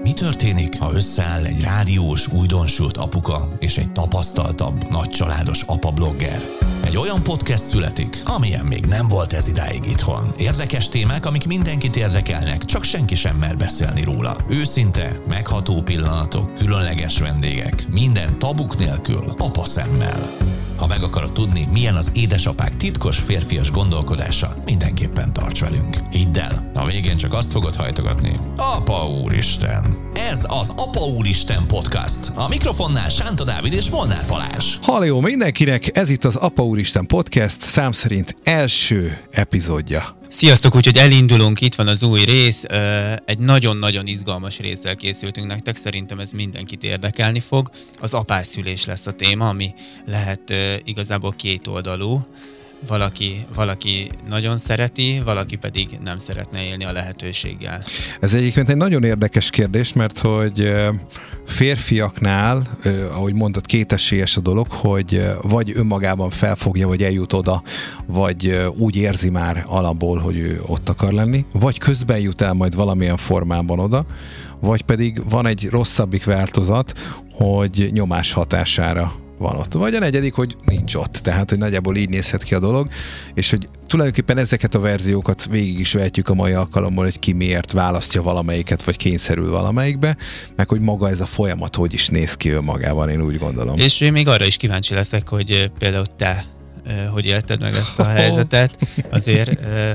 Mi történik, ha összeáll egy rádiós, újdonsült apuka és egy tapasztaltabb, nagycsaládos apa-blogger? Egy olyan podcast születik, amilyen még nem volt ez idáig itthon. Érdekes témák, amik mindenkit érdekelnek, csak senki sem mer beszélni róla. Őszinte, megható pillanatok, különleges vendégek, minden tabuk nélkül, apa szemmel. Ha meg akarod tudni, milyen az édesapák titkos férfias gondolkodása, mindenképpen tarts velünk. Hidd el, a végén csak azt fogod hajtogatni. Apa úristen! Ez az Apa úristen podcast. A mikrofonnál Sánta Dávid és Molnár Balázs. Halló mindenkinek, ez itt az Apa úristen podcast, szám szerint első epizódja. Sziasztok, úgyhogy elindulunk, itt van az új rész, egy nagyon-nagyon izgalmas résszel készültünk nektek, szerintem ez mindenkit érdekelni fog. Az apásszülés lesz a téma, ami lehet igazából kétoldalú. Valaki nagyon szereti, valaki pedig nem szeretne élni a lehetőséggel. Ez egyébként egy nagyon érdekes kérdés, mert hogy férfiaknál, ahogy mondtad, kétesélyes a dolog, hogy vagy önmagában felfogja, vagy eljut oda, vagy úgy érzi már alapból, hogy ő ott akar lenni, vagy közben jut el majd valamilyen formában oda, vagy pedig van egy rosszabbik változat, hogy nyomás hatására van ott. Vagy a negyedik, hogy nincs ott. Tehát, hogy nagyjából így nézhet ki a dolog, és hogy tulajdonképpen ezeket a verziókat végig is vehetjük a mai alkalommal, hogy ki miért választja valamelyiket, vagy kényszerül valamelyikbe, meg hogy maga ez a folyamat hogy is néz ki önmagában, én úgy gondolom. És én még arra is kíváncsi leszek, hogy például te hogy élted meg ezt a helyzetet. Azért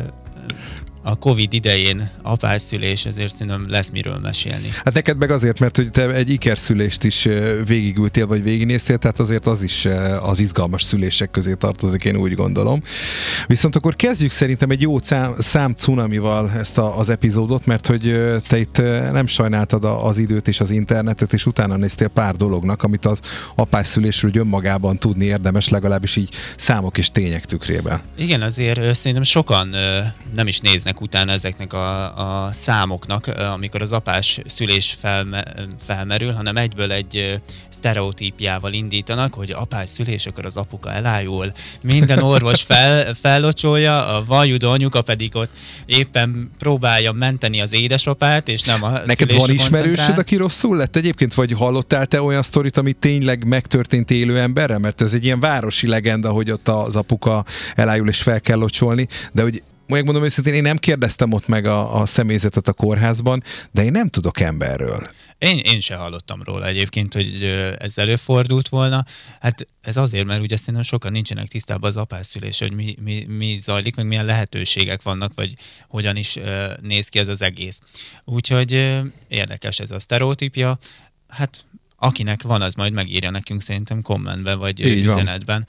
a Covid idején apásszülés, ezért szerintem lesz miről mesélni. Hát neked meg azért, mert hogy te egy ikerszülést is végigültél, vagy végignéztél, tehát azért az is az izgalmas szülések közé tartozik, én úgy gondolom. Viszont akkor kezdjük szerintem egy jó szám cunamival ezt az epizódot, mert hogy te itt nem sajnáltad az időt és az internetet, és utána néztél pár dolognak, amit az apásszülésről önmagában tudni érdemes, legalábbis így számok és tények tükrében. Igen, azért szerintem sokan nem is néznek utána ezeknek a számoknak, amikor az apás szülés felmerül, hanem egyből egy sztereotípiával indítanak, hogy apás szülés, akkor az apuka elájul, minden orvos fellocsolja, a vajudó anyuka pedig ott éppen próbálja menteni az édesapát, és nem a neked van ismerősöd, aki rosszul lett egyébként, vagy hallottál te olyan sztorit, ami tényleg megtörtént élő emberrel? Mert ez egy ilyen városi legenda, hogy ott az apuka elájul és fel kell locsolni, de hogy megmondom őszintén, én nem kérdeztem ott meg a személyzetet a kórházban, de én nem tudok emberről. Én se hallottam róla egyébként, hogy ez előfordult volna. Hát ez azért, mert ugye szerintem sokan nincsenek tisztában az apásszülés, hogy mi zajlik, meg milyen lehetőségek vannak, vagy hogyan is néz ki ez az egész. Úgyhogy érdekes ez a sztereotípia. Hát akinek van, az majd megírja nekünk szerintem kommentben, vagy üzenetben.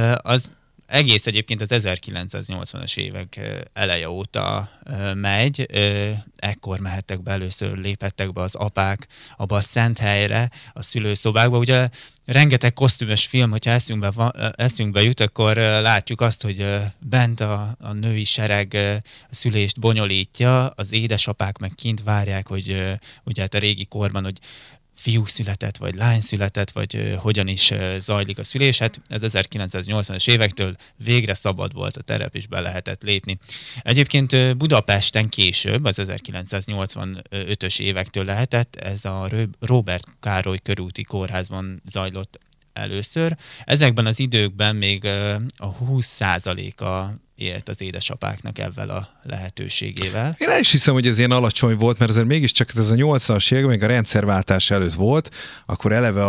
Az egész egyébként az 1980-as évek eleje óta megy, ekkor mehettek be, először léphettek be az apák abba a szent helyre, a szülőszobákba. Ugye rengeteg kosztümös film, hogyha eszünkbe jut, akkor látjuk azt, hogy bent a női sereg a szülést bonyolítja, az édesapák meg kint várják, hogy ugye hát a régi korban, hogy fiú született, vagy lány született, vagy hogyan is zajlik a szülés. Hát ez 1980-as évektől végre szabad volt a terep, és be lehetett lépni. Egyébként Budapesten később, az 1985-ös évektől lehetett, ez a Róbert Károly körúti kórházban zajlott először. Ezekben az időkben még a 20%-a élt az édesapáknak ezzel a lehetőségével. Én el is hiszem, hogy ez ilyen alacsony volt, mert azért mégiscsak ez a 80-as évek, még a rendszerváltás előtt volt, akkor eleve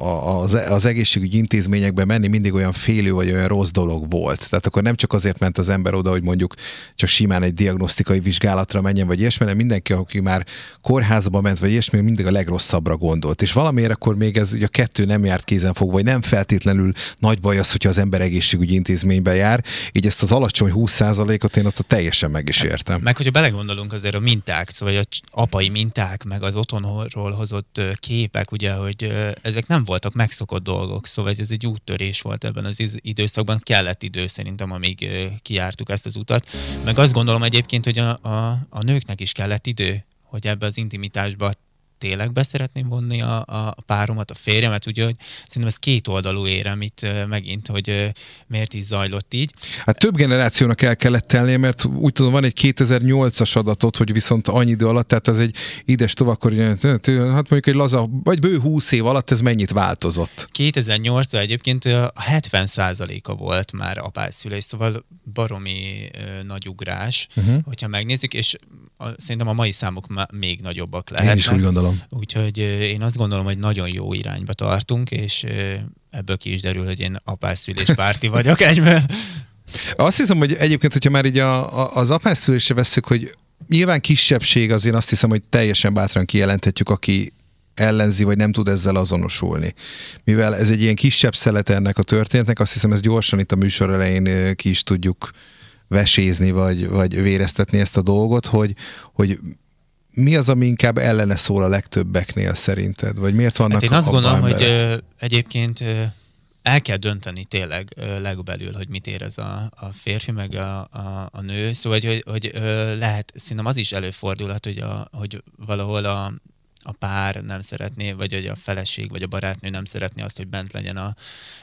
az egészségügyi intézményekben menni mindig olyan félő vagy olyan rossz dolog volt. Tehát akkor nem csak azért ment az ember oda, hogy mondjuk csak simán egy diagnosztikai vizsgálatra menjen, vagy ilyesmi, hanem mindenki, aki már kórházba ment, vagy ilyesmi, mindig a legrosszabbra gondolt. És valamiért akkor még ez ugye a kettő nem járt kézenfogva, vagy nem feltétlenül nagy baj az, hogyha az ember egészségügyi intézménybe jár, így ezt az alacsony 20%-ot én ott teljesen meg is értem. Meg hogyha belegondolunk azért a minták, szóval az apai minták, meg az otthonról hozott képek, ugye, hogy ezek nem voltak megszokott dolgok, szóval ez egy úttörés volt ebben az időszakban, kellett idő szerintem, amíg kijártuk ezt az utat. Meg azt gondolom egyébként, hogy a nőknek is kellett idő, hogy ebbe az intimitásba tényleg be szeretném vonni a páromat, a férjemet, ugye, hogy szerintem ez kétoldalú érem itt megint, hogy miért is zajlott így. Hát több generációnak el kellett telnie, mert úgy tudom, van egy 2008-as adatot, hogy viszont annyi idő alatt, tehát ez egy ides tovakkor, hát mondjuk egy laza, vagy bő 20 év alatt ez mennyit változott? 2008-ban egyébként a 70%-a volt már apászszülés, szóval baromi nagy ugrás, hogyha megnézzük, és szerintem a mai számok még nagyobbak lehetnek. Én is úgy gondolom. Úgyhogy én azt gondolom, hogy nagyon jó irányba tartunk, és ebből ki is derül, hogy én apászszülés párti vagyok egyben. Azt hiszem, hogy egyébként, hogyha már így az apászszülésre vesszük, hogy nyilván kisebbség, azért azt hiszem, hogy teljesen bátran kijelenthetjük, aki ellenzi, vagy nem tud ezzel azonosulni. Mivel ez egy ilyen kisebb szelete ennek a történetnek, azt hiszem, ezt gyorsan itt a műsor elején ki is tudjuk vesézni, vagy véreztetni ezt a dolgot, hogy mi az, ami inkább ellene szól a legtöbbeknél szerinted? Vagy miért vannak hát én azt gondolom, emberek? hogy egyébként el kell dönteni tényleg legbelül, hogy mit érez a férfi, meg a nő. Szóval, hogy lehet, szerintem az is előfordulhat, hogy valahol a pár nem szeretné, vagy hogy a feleség, vagy a barátnő nem szeretné azt, hogy bent legyen a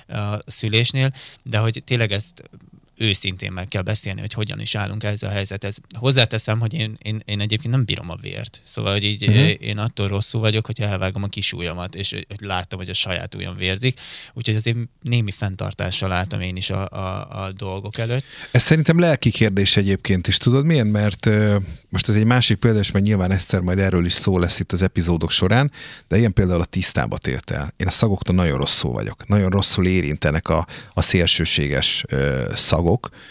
szülésnél, de hogy tényleg ezt őszintén meg kell beszélni, hogy hogyan is állunk ezzel a helyzethez. Hozzáteszem, hogy én egyébként nem bírom a vért. Szóval, hogy így én attól rosszul vagyok, hogyha elvágom a kis ujjamat, és hogy látom, hogy a saját ujjam vérzik. Úgyhogy azért némi fenntartással álltam én is a dolgok előtt. Ez szerintem lelki kérdés egyébként is. Tudod milyen? Mert most ez egy másik példa, és meg nyilván egyszer majd erről is szó lesz itt az epizódok során, de ilyen például a tisztába tért el. Én a szagoktól nagyon rosszul vagyok. Nagyon rosszul érintenek a szélsőséges szagok,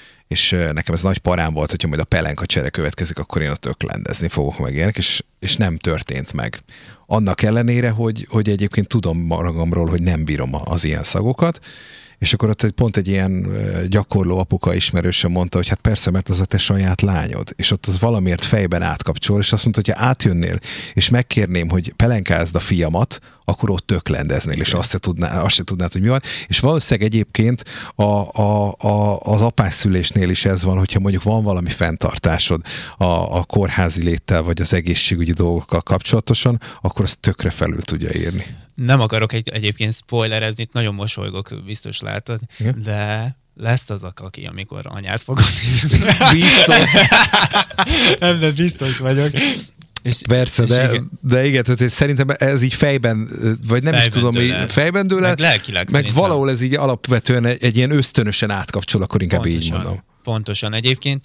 és nekem ez nagy parám volt, hogyha majd a pelenka csere következik, akkor én ott öklendezni fogok meg ilyenek, és nem történt meg. Annak ellenére, hogy egyébként tudom magamról, hogy nem bírom az ilyen szagokat, és akkor ott pont egy ilyen gyakorló apuka ismerősen mondta, hogy hát persze, mert az a te saját lányod, és ott az valamiért fejben átkapcsol, és azt mondta, hogy ha átjönnél, és megkérném, hogy pelenkázd a fiamat, akkor ott töklendeznél, és azt se tudnád, hogy mi van. És valószínűleg egyébként az apásszülésnél is ez van, hogyha mondjuk van valami fenntartásod a kórházi léttel, vagy az egészségügyi dolgokkal kapcsolatosan, akkor azt tökre felül tudja írni. Nem akarok egyébként spoilerezni, itt nagyon mosolygok, biztos látod, de lesz az a kaki, amikor anyát fogod írni. Biztos. Ebben biztos vagyok. Persze, de igen, tehát szerintem ez így fejben, vagy nem is tudom, fejben dől el, meg valahol ez így alapvetően egy ilyen ösztönösen átkapcsol, akkor inkább így mondom. Pontosan. Egyébként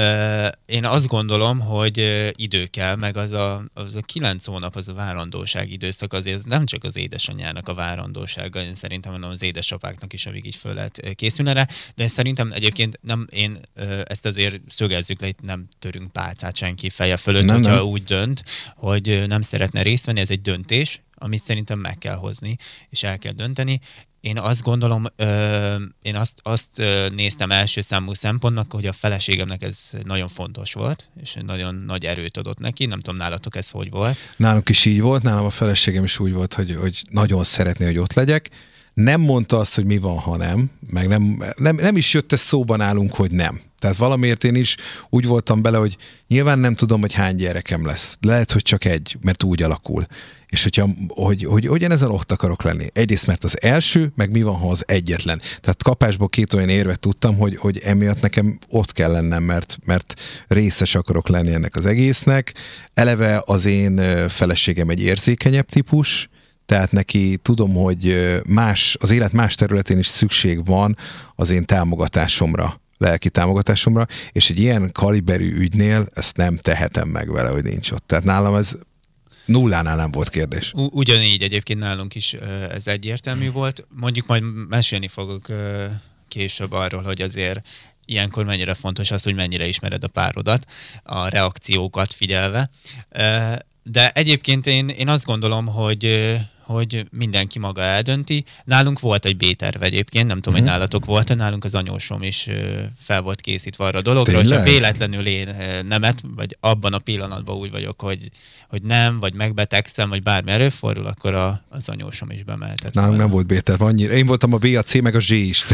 én azt gondolom, hogy idő kell, meg az a 9 hónap, az a várandóság időszak, azért ez nem csak az édesanyjának a várandósága, én szerintem mondom az édesapáknak is, amíg így föl lehet készülni rá, de szerintem egyébként én ezt azért szögezzük le, itt nem törünk pálcát senki feje fölött, hogyha úgy dönt, hogy nem szeretne részt venni, ez egy döntés, amit szerintem meg kell hozni, és el kell dönteni. Én azt gondolom, én azt néztem első számú szempontnak, hogy a feleségemnek ez nagyon fontos volt, és nagyon nagy erőt adott neki. Nem tudom, nálatok ez hogy volt? Nálunk is így volt, nálam a feleségem is úgy volt, hogy nagyon szeretné, hogy ott legyek. Nem mondta azt, hogy mi van, ha nem, meg nem is jött ez szóban nálunk, hogy nem. Tehát valamiért én is úgy voltam bele, hogy nyilván nem tudom, hogy hány gyerekem lesz. Lehet, hogy csak egy, mert úgy alakul. És hogy én ezen ott akarok lenni. Egyrészt, mert az első, meg mi van, ha az egyetlen. Tehát kapásból 2 olyan érvet tudtam, hogy emiatt nekem ott kell lennem, mert részes akarok lenni ennek az egésznek. Eleve az én feleségem egy érzékenyebb típus, tehát neki tudom, hogy az élet más területén is szükség van az én támogatásomra, lelki támogatásomra, és egy ilyen kaliberű ügynél ezt nem tehetem meg vele, hogy nincs ott. Tehát nálam ez nullánál nem volt kérdés. Ugyanígy egyébként nálunk is ez egyértelmű volt. Mondjuk majd mesélni fogok később arról, hogy azért ilyenkor mennyire fontos az, hogy mennyire ismered a párodat, a reakciókat figyelve. De egyébként én azt gondolom, hogy hogy mindenki maga eldönti. Nálunk volt egy B-terv egyébként, nem tudom, hogy nálatok volt-e, nálunk az anyósom is fel volt készítve arra a dologra, hogyha véletlenül én nemet, vagy abban a pillanatban úgy vagyok, hogy nem, vagy megbetegszem, vagy bármi előfordul, akkor az anyósom is bemehetett. Nálunk nem volt B-terv annyira. Én voltam a B, a C, meg a Z is.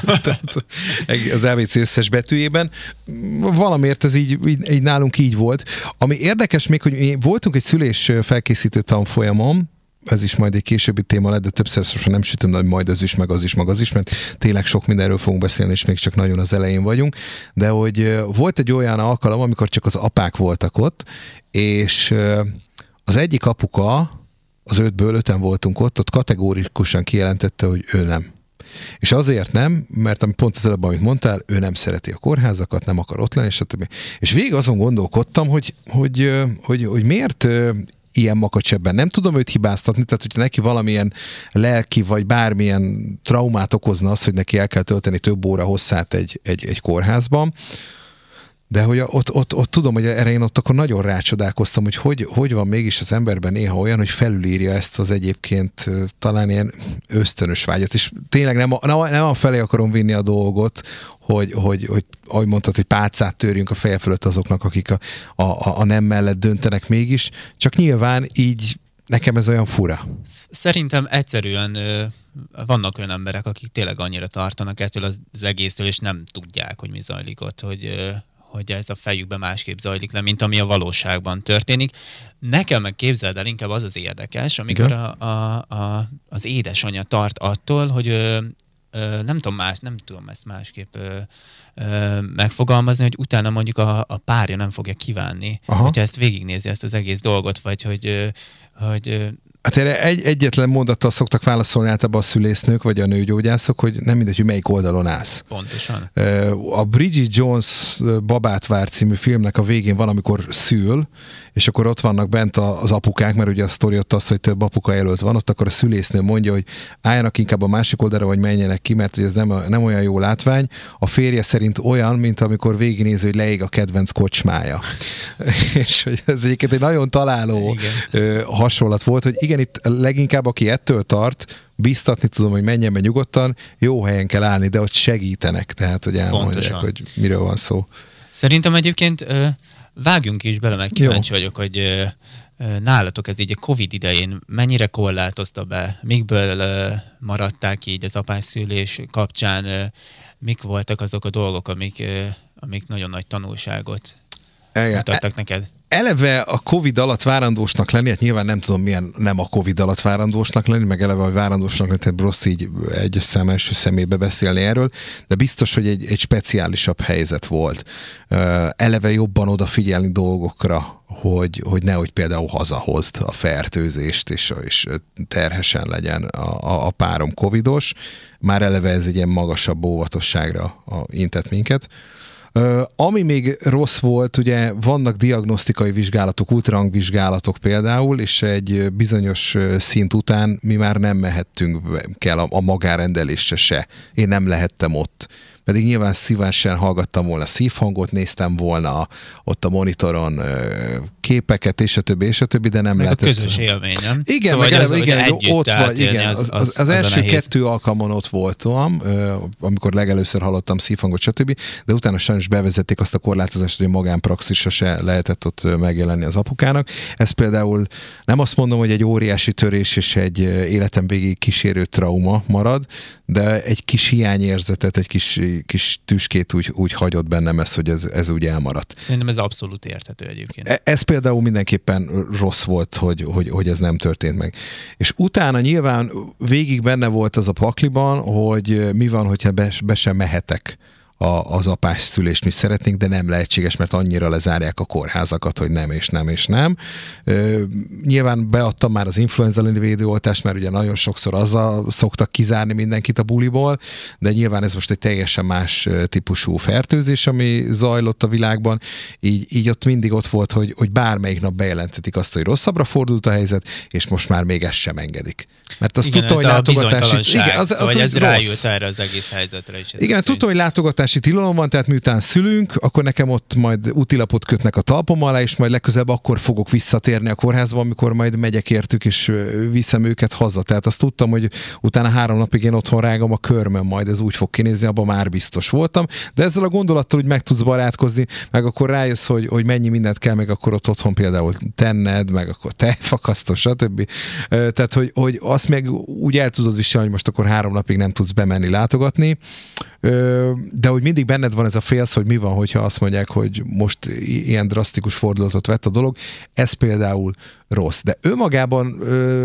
Az LVC összes betűjében. Valamiért ez így nálunk így volt. Ami érdekes még, hogy voltunk egy szülés felkészítő tanfolyamon, ez is majd egy későbbi téma lett, de többször szóval nem sütöm, hogy majd ez is, meg az is, mert tényleg sok mindenről fogunk beszélni, és még csak nagyon az elején vagyunk, de hogy volt egy olyan alkalom, amikor csak az apák voltak ott, és az egyik apuka, az 5-ből 5-en voltunk ott kategórikusan kijelentette, hogy ő nem. És azért nem, mert pont az előbb, amit mondtál, ő nem szereti a kórházakat, nem akar ott lenni, stb. És végig azon gondolkodtam, hogy miért ilyen makacsebben. Nem tudom őt hibáztatni, tehát hogyha neki valamilyen lelki vagy bármilyen traumát okozna az, hogy neki el kell tölteni több óra hosszát egy kórházban, de hogy ott tudom, hogy erre én ott akkor nagyon rácsodálkoztam, hogy van mégis az emberben néha olyan, hogy felülírja ezt az egyébként talán ilyen ösztönös vágyat, és tényleg nem a felé akarom vinni a dolgot, hogy ahogy mondtad, hogy pálcát törjünk a feje fölött azoknak, akik a nem mellett döntenek mégis, csak nyilván így nekem ez olyan fura. Szerintem egyszerűen vannak olyan emberek, akik tényleg annyira tartanak ettől az egésztől, és nem tudják, hogy mi zajlik ott, hogy ez a fejükben másképp zajlik le, mint ami a valóságban történik. Nekem meg képzeld el, inkább az az érdekes, amikor az édesanyja tart attól, hogy nem tudom ezt másképp megfogalmazni, hogy utána mondjuk a párja nem fogja kívánni, hogyha ezt végignézi, ezt az egész dolgot, vagy hogy hát erre egyetlen mondattal szoktak válaszolni általában a szülésznők, vagy a nőgyógyászok, hogy nem mindegy, hogy melyik oldalon állsz. Pontosan. A Bridget Jones Babát vár című filmnek a végén valamikor szül, és akkor ott vannak bent az apukák, mert ugye a sztori ott az, hogy több apuka jelölt van, ott akkor a szülésznő mondja, hogy álljanak inkább a másik oldalra, vagy menjenek ki, mert hogy ez nem olyan jó látvány. A férje szerint olyan, mint amikor végignéző, hogy leég a kedvenc kocsmája. És hogy ez egyébként egy nagyon találó hasonlat volt, hogy igen, itt leginkább aki ettől tart, biztatni tudom, hogy menjen be nyugodtan, jó helyen kell állni, de ott segítenek, tehát hogy elmondják, hogy miről van szó. Szerintem egyébként vágjunk is bele, meg kíváncsi vagyok, hogy nálatok ez így a Covid idején mennyire korlátozta be, mikből maradták így az apásszülés kapcsán, mik voltak azok a dolgok, amik nagyon nagy tanulságot mutattak neked? Eleve a Covid alatt várandósnak lenni, hát nyilván nem tudom milyen nem a Covid alatt várandósnak lenni, meg eleve a várandósnak lenni, tehát rossz így egyes szám első szemébe beszélni erről, de biztos, hogy egy speciálisabb helyzet volt. Eleve jobban odafigyelni dolgokra, hogy nehogy például hazahozd a fertőzést, és terhesen legyen a párom covidos. Már eleve ez egy ilyen magasabb óvatosságra intett minket. Ami még rossz volt, ugye vannak diagnosztikai vizsgálatok, ultrahangvizsgálatok például, és egy bizonyos szint után mi már nem mehettünk kell a magárendelésre se. Én nem lehettem ott. Pedig nyilván szívesen hallgattam volna szívhangot, néztem volna ott a monitoron képeket, és a többi, de nem lehetett. A közös élmény, nem? Igen, szóval igen, ott vagy, igen. Az első 2 alkalmon ott voltam, amikor legelőször hallottam szívhangot, stb., de utána sajnos bevezették azt a korlátozást, hogy a magánpraxisra se lehetett ott megjelenni az apukának. Ez például nem azt mondom, hogy egy óriási törés és egy életem végig kísérő trauma marad, de egy kis hiányérzetet, egy kis tüskét úgy hagyott bennem ez, hogy ez úgy elmaradt. Szerintem ez abszolút érthető egyébként. Ez például mindenképpen rossz volt, hogy ez nem történt meg. És utána nyilván végig benne volt az a pakliban, hogy mi van, hogyha be sem mehetek az apás szülést mi szeretnénk, de nem lehetséges, mert annyira lezárják a kórházakat, hogy nem és nem és nem. Nyilván beadtam már az influenza elleni védőoltást, mert ugye nagyon sokszor azzal szoktak kizárni mindenkit a buliból, de nyilván ez most egy teljesen más típusú fertőzés, ami zajlott a világban. Így ott mindig ott volt, hogy bármelyik nap bejelentetik azt, hogy rosszabbra fordult a helyzet, és most már még ezt sem engedik. Mert azt igen, tudtam, hogy látogatási... Igen, ez rájött erre az egész helyzetre is. Igen, tudtam, hogy látogatási utazási tilalom van, tehát miután szülünk, akkor nekem ott majd útilapot kötnek a talpam alá, és majd legközelebb akkor fogok visszatérni a kórházba, amikor majd megyek értük, és viszem őket haza. Tehát azt tudtam, hogy utána 3 napig én otthon rágom a körmöm, majd ez úgy fog kinézni, abban már biztos voltam. De ezzel a gondolattal úgy meg tudsz barátkozni, meg akkor rájössz, hogy mennyi mindent kell meg akkor ott otthon például tenned, meg akkor tejfakasztós, stb. Tehát, hogy azt meg úgy el tudod viselni, hogy most akkor 3 napig nem tudsz bemenni látogatni, de hogy mindig benned van ez a félsz, hogy mi van, hogyha azt mondják, hogy most ilyen drasztikus fordulatot vett a dolog, ez például rossz. De önmagában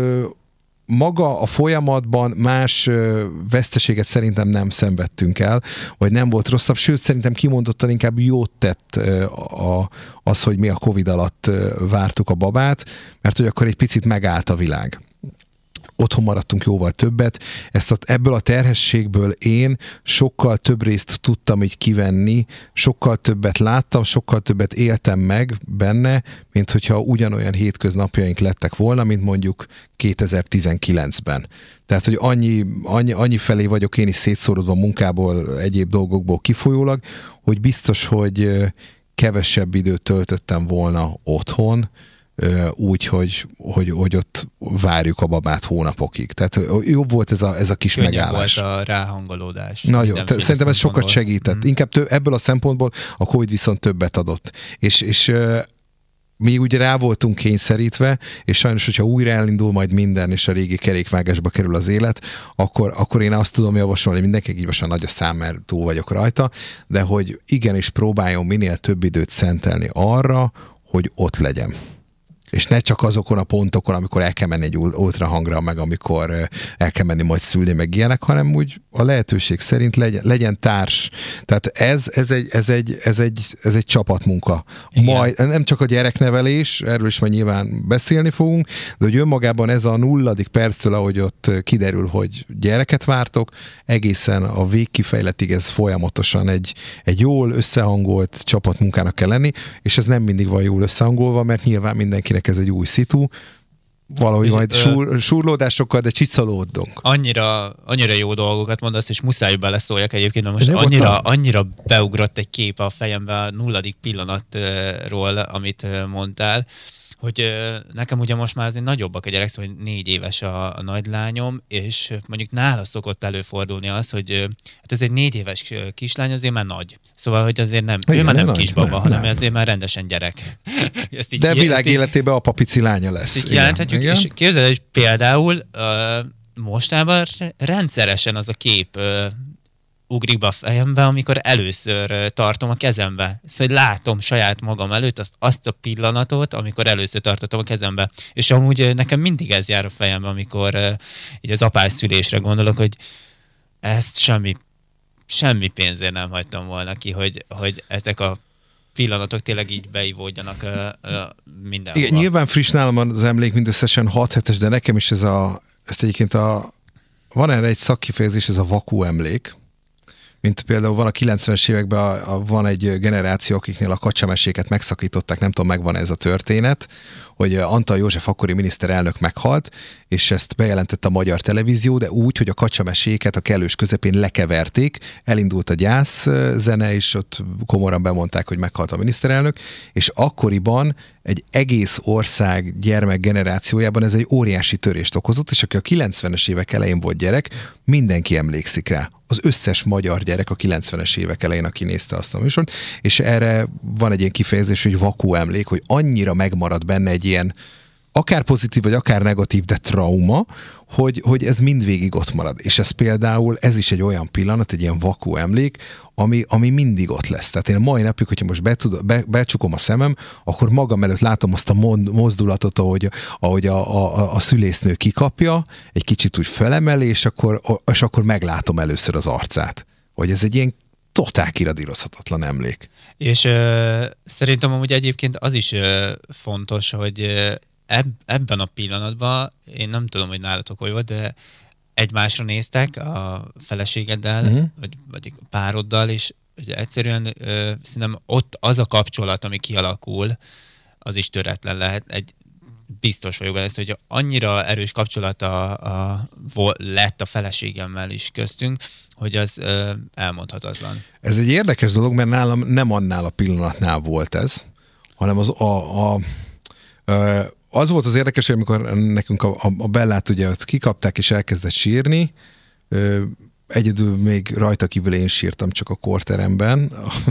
maga a folyamatban más veszteséget szerintem nem szenvedtünk el, vagy nem volt rosszabb, sőt szerintem kimondottan inkább jót tett az, hogy mi a Covid alatt vártuk a babát, mert hogy akkor egy picit megállt a világ. Otthon maradtunk jóval többet, ebből a terhességből én sokkal több részt tudtam így kivenni, sokkal többet láttam, sokkal többet éltem meg benne, mint hogyha ugyanolyan hétköznapjaink lettek volna, mint mondjuk 2019-ben. Tehát, hogy annyi felé vagyok én is szétszórodva munkából, egyéb dolgokból kifolyólag, hogy biztos, hogy kevesebb időt töltöttem volna otthon, úgy, hogy ott várjuk a babát hónapokig. Tehát jobb volt ez a kis könnyebb megállás. Volt a ráhangolódás. Nagyon. Szerintem ez sokat segített. Inkább ebből a szempontból a Covid viszont többet adott. És mi ugye rá voltunk kényszerítve, és sajnos, hogyha újra elindul majd minden, és a régi kerékvágásba kerül az élet, akkor én azt tudom javasolni mindenkinek, így most már nagy a szám, mert túl vagyok rajta, de hogy igenis próbáljon minél több időt szentelni arra, hogy ott legyen. És ne csak azokon a pontokon, amikor el kell menni egy ultrahangra, meg amikor el kell menni majd szülni, meg ilyenek, hanem úgy a lehetőség szerint legyen társ. Tehát ez egy csapatmunka. Majd, nem csak a gyereknevelés, erről is majd nyilván beszélni fogunk, de hogy önmagában ez a 0. perctől, ahogy ott kiderül, hogy gyereket vártok, egészen a végkifejletig ez folyamatosan egy jól összehangolt csapatmunkának kell lenni, és ez nem mindig van jól összehangolva, mert nyilván mindenkinek ez egy új szitu, valahogy majd súrlódásokkal, de csiszolódunk. Annyira jó dolgokat mondasz, és muszáj beleszóljak egyébként, mert most annyira beugrott egy kép a fejembe a 0. pillanatról, amit mondtál, hogy nekem ugye most már azért nagyobbak a gyerek, szóval 4 éves a nagylányom, és mondjuk nála szokott előfordulni az, hogy hát ez egy 4 éves kislány, azért már nagy. Szóval, hogy azért nem, ő már nem kisbaba, hanem azért már rendesen gyerek. De világ életében apa pici lánya lesz. Ezt jelenthetjük, és képzeld, hogy például mostában rendszeresen az a kép ugrik be a fejembe, amikor először tartom a kezembe. Szóval látom saját magam előtt azt a pillanatot, amikor először tartottam a kezembe. És amúgy nekem mindig ez jár a fejembe, amikor így az apás szülésre gondolok, hogy ezt semmi pénzért nem hagytam volna ki, hogy ezek a pillanatok tényleg így beivódjanak mindenhol. Igen, nyilván friss nálam az emlék, mindösszesen 6 hetes, de nekem is ezt egyébként van erre egy szakkifejezés, ez a vakú emlék, mint például van a 90-es években van egy generáció, akiknél a kacsameséket megszakították, nem tudom, megvan ez a történet, hogy Antal József akkori miniszterelnök meghalt, és ezt bejelentette a magyar televízió, de úgy, hogy a kacsameséket a kellős közepén lekeverték, elindult a gyászzene, és ott komoran bemondták, hogy meghalt a miniszterelnök, és akkoriban egy egész ország gyermek generációjában ez egy óriási törést okozott, és aki a 90-es évek elején volt gyerek, mindenki emlékszik rá. Az összes magyar gyerek a 90-es évek elején, aki nézte azt a műsort, és erre van egy ilyen kifejezés, hogy vakú emlék, hogy annyira megmarad benne egy ilyen akár pozitív, vagy akár negatív, de trauma, hogy ez mindvégig ott marad. És ez is egy olyan pillanat, egy ilyen vakú emlék, ami mindig ott lesz. Tehát én mai napig, hogyha most becsukom a szemem, akkor magam előtt látom azt a mozdulatot, ahogy a szülésznő kikapja, egy kicsit úgy felemeli, és akkor meglátom először az arcát. Hogy ez egy ilyen totál kiradírozhatatlan emlék. És szerintem amúgy egyébként az is fontos, hogy ebben a pillanatban, én nem tudom, hogy nálatok hogy volt, de egymásra néztek a feleségeddel, vagy a pároddal, és ugye egyszerűen szerintem ott az a kapcsolat, ami kialakul, az is töretlen lehet. biztos vagyok benne, hogy annyira erős kapcsolata lett a feleségemmel is köztünk, hogy az elmondhatatlan. Ez egy érdekes dolog, mert nálam nem annál a pillanatnál volt ez, hanem az volt az érdekes, hogy amikor nekünk a Bellát ugye kikapták és elkezdett sírni, egyedül még rajta kívül én sírtam csak a kórteremben.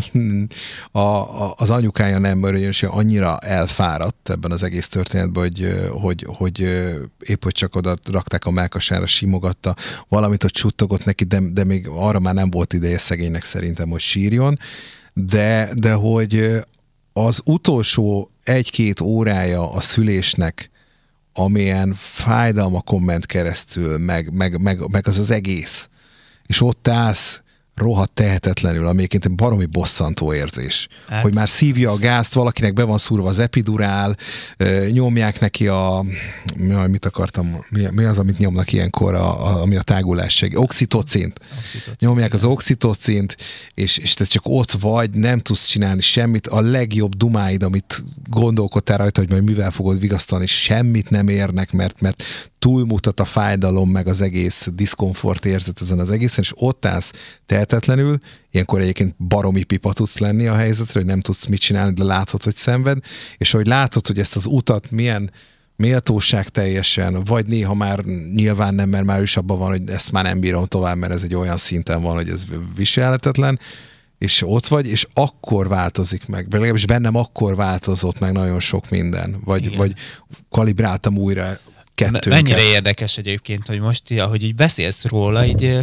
Az anyukája nem, mert annyira elfáradt ebben az egész történetben, hogy épp hogy csak oda rakták a mellkasára, simogatta, valamit ott suttogott neki, de még arra már nem volt ideje szegénynek szerintem, hogy sírjon. De hogy az utolsó 1-2 órája a szülésnek, amilyen fájdalmakon ment keresztül, meg az egész, és ott állsz rohadt tehetetlenül, ami egyébként baromi bosszantó érzés. Hát. Hogy már szívja a gázt, valakinek be van szúrva az epidurál, nyomják neki mit akartam, mi az, amit nyomnak ilyenkor, ami a tágulás segít? Oxitocint. Nyomják az oxitocint, és te csak ott vagy, nem tudsz csinálni semmit, a legjobb dumáid, amit gondolkodtál rajta, hogy majd mivel fogod vigasztalni, semmit nem érnek, mert túlmutat a fájdalom, meg az egész diszkomfort érzet ezen az egészen, és ott állsz tehetetlenül, ilyenkor egyébként baromi pipa tudsz lenni a helyzetre, hogy nem tudsz mit csinálni, de látod, hogy szenved, és ahogy látod, hogy ezt az utat milyen méltóság teljesen, vagy néha már nyilván nem, mert már is abban van, hogy ezt már nem bírom tovább, mert ez egy olyan szinten van, hogy ez viselhetetlen, és ott vagy, és akkor változik meg. Legalábbis bennem akkor változott meg nagyon sok minden, vagy kalibráltam újra kettőnket. Mennyire érdekes egyébként, hogy most, ahogy így beszélsz róla, így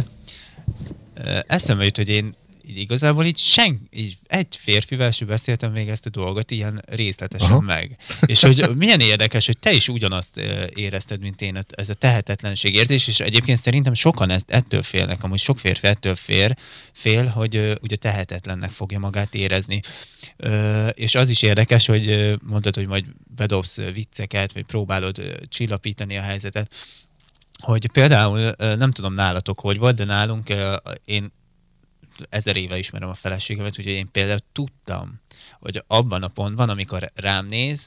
eszembe jut, hogy én igazából így egy férfivel sem beszéltem még ezt a dolgot ilyen részletesen meg. És hogy milyen érdekes, hogy te is ugyanazt érezted, mint én, ez a tehetetlenség érzés, és egyébként szerintem sokan ettől félnek, amúgy sok férfi ettől fél, hogy ugye tehetetlennek fogja magát érezni. És az is érdekes, hogy mondtad, hogy majd bedobsz vicceket, vagy próbálod csillapítani a helyzetet, hogy például nem tudom nálatok hogy volt, de nálunk én 1000 éve ismerem a feleségemet, úgyhogy én például tudtam, hogy abban a pontban, amikor rám néz,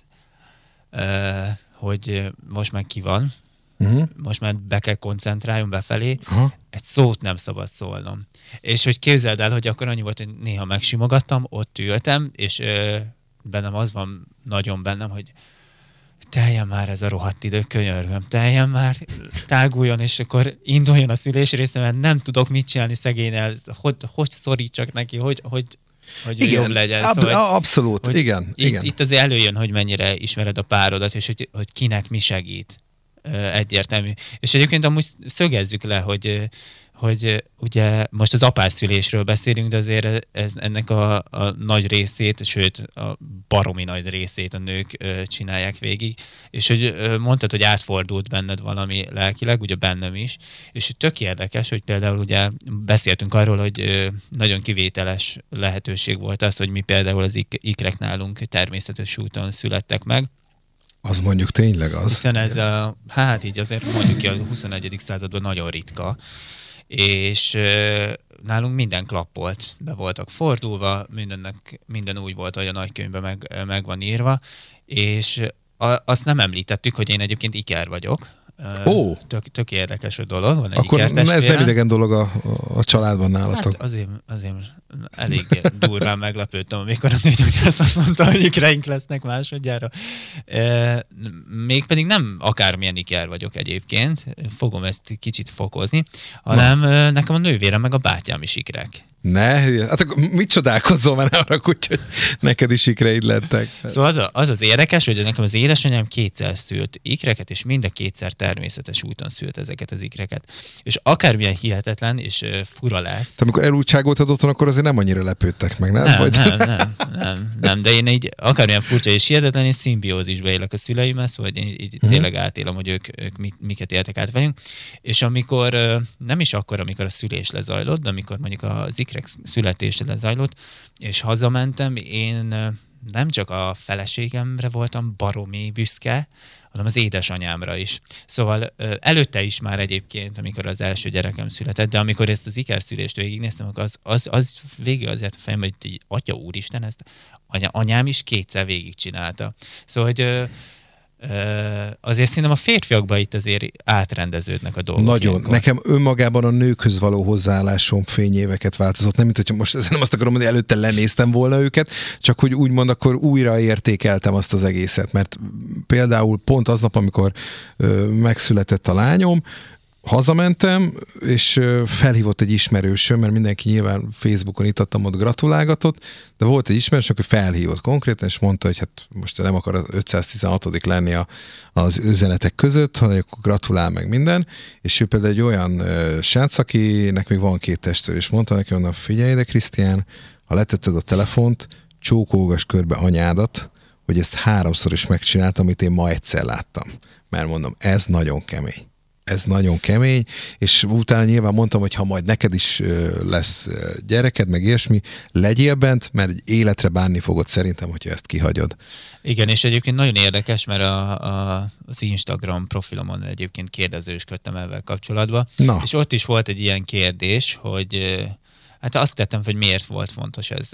hogy most már ki van, most már be kell koncentráljon befelé, egy szót nem szabad szólnom. És hogy képzeld el, hogy akkor annyi volt, hogy néha megsimogattam, ott ültem, és bennem az van nagyon bennem, hogy teljen már ez a rohadt idő, könyörgöm, teljen már, táguljon, és akkor induljon a szülés része, mert nem tudok mit csinálni szegényel, hogy szorítsak neki, hogy igen, jobb legyen. Abszolút, hogy igen. Itt azért előjön, hogy mennyire ismered a párodat, és hogy kinek mi segít. Egyértelmű. És egyébként amúgy szögezzük le, hogy ugye most az apásszülésről beszélünk, de azért ennek a nagy részét, sőt a baromi nagy részét a nők csinálják végig, és hogy mondtad, hogy átfordult benned valami lelkileg, ugye bennem is, és tök érdekes, hogy például ugye beszéltünk arról, hogy nagyon kivételes lehetőség volt az, hogy mi például az ikrek nálunk természetes úton születtek meg. Az mondjuk tényleg az. Hiszen ez így azért mondjuk ki a 21. században nagyon ritka, és nálunk minden klappolt, be voltak fordulva, minden úgy volt, hogy a nagykönyvben meg van írva, és azt nem említettük, hogy én egyébként iker vagyok. Tök érdekes a dolog, van egy akkor ikertestvérem. Ez nem idegen dolog a családban nálatok. Hát azért elég durván meglepődtem, amikor a nőgyógyász azt mondta, hogy ikreink lesznek másodjára. Mégpedig nem akármilyen iker vagyok egyébként, fogom ezt kicsit fokozni, hanem nekem a nővérem meg a bátyám is ikrek. Hát akkor mit csodálkozzol már arra, hogy neked is ikreid lettek? Szóval az érdekes, hogy nekem az édesanyám 2-szer szült ikreket, és mind a 2-szer természetes úton szült ezeket az ikreket. És akármilyen hihetetlen és fura lesz. Te amikor elújságoltad otthon, akkor azért nem annyira lepődtek meg, nem? Nem, de én így akármilyen furcsa és hihetetlen, én szimbiózisba élek a szüleimmel, szóval én így tényleg átélem, hogy ők miket éltek át velünk. És amikor, nem is akkor, amikor a szülés lezajlott, de amikor mondjuk az ikrek születése lezajlott, és hazamentem, én nem csak a feleségemre voltam baromi büszke, hanem az édesanyámra is. Szóval előtte is már egyébként, amikor az első gyerekem született, de amikor ezt az ikerszülést végignéztem, akkor az végig azért a fejemben, hogy Atya úristen, ezt anyám is 2-szer végigcsinálta. Szóval, hogy azért szerintem a férfiakban itt azért átrendeződnek a dolgok. Nagyon. Ilyenkor. Nekem önmagában a nőkhöz való hozzáállásom fényéveket változott. Nem, mint hogyha most nem azt akarom mondani, előtte lenéztem volna őket, csak hogy úgymond akkor újra értékeltem azt az egészet. Mert például pont aznap, amikor megszületett a lányom, hazamentem, és felhívott egy ismerősöm, mert mindenki nyilván Facebookon itt adtam, ott gratulálgatott, de volt egy ismerősöm, aki felhívott konkrétan, és mondta, hogy hát most nem akar az 516. lenni az üzenetek között, hanem akkor gratulál meg minden, és ő például egy olyan srác, akinek még van 2 testvér, és mondta neki, hogy figyelj ide, Krisztián, ha letetted a telefont, csókolgass körbe anyádat, hogy ezt 3-szor is megcsináltam, amit én ma egyszer láttam. Mert mondom, ez nagyon kemény. Ez nagyon kemény, és utána nyilván mondtam, hogy ha majd neked is lesz gyereked, meg ilyesmi, legyél bent, mert egy életre bánni fogod szerintem, hogyha ezt kihagyod. Igen, és egyébként nagyon érdekes, mert az Instagram profilomon egyébként kérdezősködtem ezzel kapcsolatban, és ott is volt egy ilyen kérdés, hogy hát azt tettem, hogy miért volt fontos ez.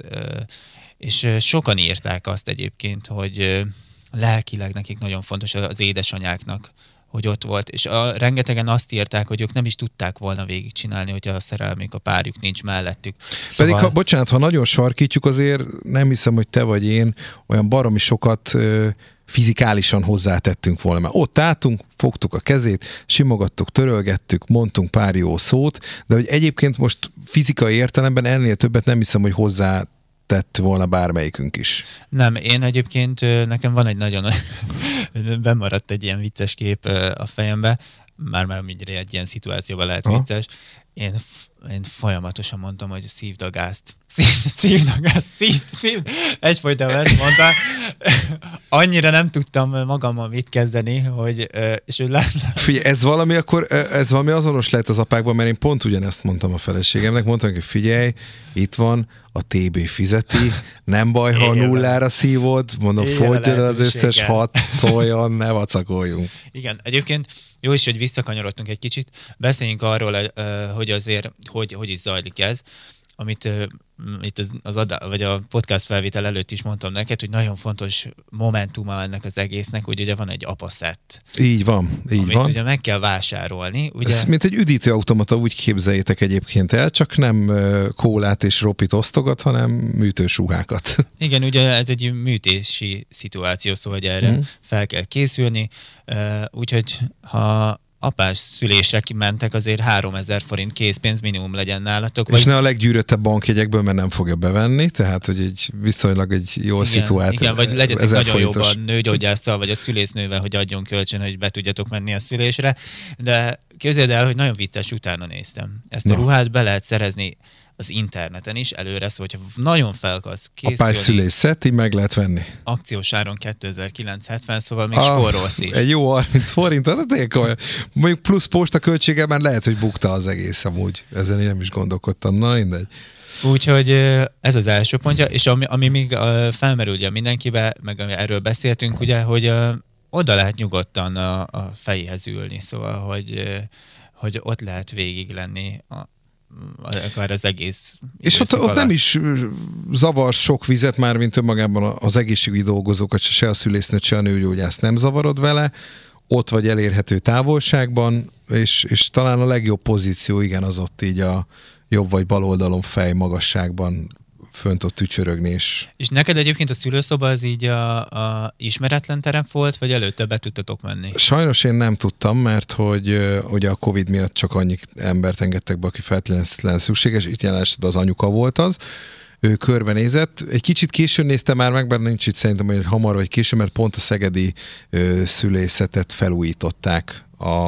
És sokan írták azt egyébként, hogy lelkileg nekik nagyon fontos az édesanyáknak, hogy ott volt, és rengetegen azt írták, hogy ők nem is tudták volna végigcsinálni, hogyha a szerelmük, a párjuk nincs mellettük. Szóval... Pedig, bocsánat, ha nagyon sarkítjuk, azért nem hiszem, hogy te vagy én olyan baromi sokat fizikálisan hozzátettünk volna, mert ott álltunk, fogtuk a kezét, simogattuk, törölgettük, mondtunk pár jó szót, de hogy egyébként most fizikai értelemben ennél többet nem hiszem, hogy hozzá tett volna bármelyikünk is. Nem, én egyébként, nekem van egy nagyon, bemaradt egy ilyen vicces kép a fejembe, már mindjárt egy ilyen szituációban lehet vicces. Én folyamatosan mondtam, hogy szívd a gázt. Szívd a gázt, szívd. Egyfolytában ezt mondta. Annyira nem tudtam magammal mit kezdeni, hogy... És ő Figyelj, ez valami azonos lehet az apákban, mert én pont ugyanezt mondtam a feleségemnek. Mondtam, hogy figyelj, itt van, a TB fizeti, nem baj, ha nullára szívod, mondom, fogyjon el az összes 6, szóljon, ne vacakoljunk. Igen, egyébként jó is, hogy visszakanyarodtunk egy kicsit. Beszéljünk arról, hogy azért, hogy is zajlik ez, amit itt vagy a podcast felvétel előtt is mondtam neked, hogy nagyon fontos momentuma ennek az egésznek, hogy ugye van egy apaszett. Így van. Amit ugye meg kell vásárolni. Ugye... Ez mint egy üdítőautomata, úgy képzeljétek egyébként el, csak nem kólát és ropit osztogat, hanem műtős ruhákat. Igen, ugye ez egy műtési szituáció, szóval erre fel kell készülni, úgyhogy ha apás szülésre kimentek, azért 3000 forint készpénz minimum legyen nálatok. És ne a leggyűröttebb bankjegyekből, mert nem fogja bevenni, tehát hogy egy viszonylag egy jól szituált. Igen, vagy legyetek nagyon jóban a nőgyógyásszal, vagy a szülésznővel, hogy adjon kölcsön, hogy be tudjatok menni a szülésre. De képzeld el, hogy nagyon vicces, utána néztem. Ezt a ruhát be lehet szerezni az interneten is előre, szóval, hogyha nagyon fel akarsz készülni. Apás szülés szeti, meg lehet venni. Akciós áron 2970, szóval még spórolsz is. Egy jó 30 forint, de mondjuk plusz postaköltségeben lehet, hogy bukta az egész amúgy. Ezen én nem is gondolkodtam, na mindegy. Úgyhogy ez az első pontja, és ami még felmerül ugye mindenkibe, meg erről beszéltünk, ugye, hogy oda lehet nyugodtan a fejéhez ülni, szóval, hogy ott lehet végig lenni akár az egész. És ott nem is zavar sok vizet már, mint önmagában az egészségügyi dolgozókat, se a szülésznőt, se a nőgyógyászt nem zavarod vele, ott vagy elérhető távolságban, és talán a legjobb pozíció, igen, az ott így a jobb vagy bal oldalon fej magasságban fönt ott tücsörögni. És neked egyébként a szülőszoba az így a ismeretlen terem volt, vagy előtte be tudtatok menni? Sajnos én nem tudtam, mert hogy ugye a Covid miatt csak annyi embert engedtek be, aki feltétlenül szükséges. Itt jelen esetben az anyuka volt az. Ő körbenézett. Egy kicsit későn nézte már meg, bár nincs itt szerintem, hogy hamar vagy későn, mert pont a szegedi szülészetet felújították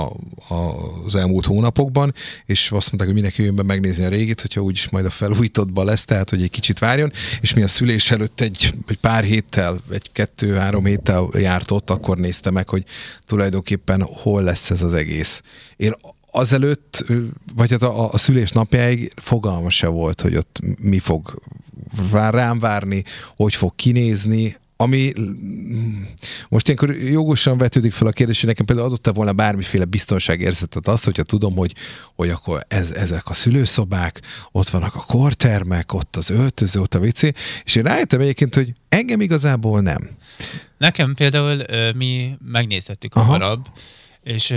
az elmúlt hónapokban, és azt mondták, hogy mindenki jön be megnézni a régit, hogyha úgyis majd a felújítottban lesz, tehát hogy egy kicsit várjon, és mi a szülés előtt egy pár héttel, 2-3 héttel járt ott, akkor nézte meg, hogy tulajdonképpen hol lesz ez az egész. Én azelőtt, vagy hát a szülés napjáig fogalma se volt, hogy ott mi fog rám várni, hogy fog kinézni. ami most ilyenkor jogosan vetődik fel a kérdés, hogy nekem például adott volna bármiféle biztonságérzetet azt, hogyha tudom, hogy akkor ezek a szülőszobák, ott vannak a kortermek, ott az öltöző, ott a WC, és én rájöttem egyébként, hogy engem igazából nem. Nekem például mi megnézhettük hamarabb, és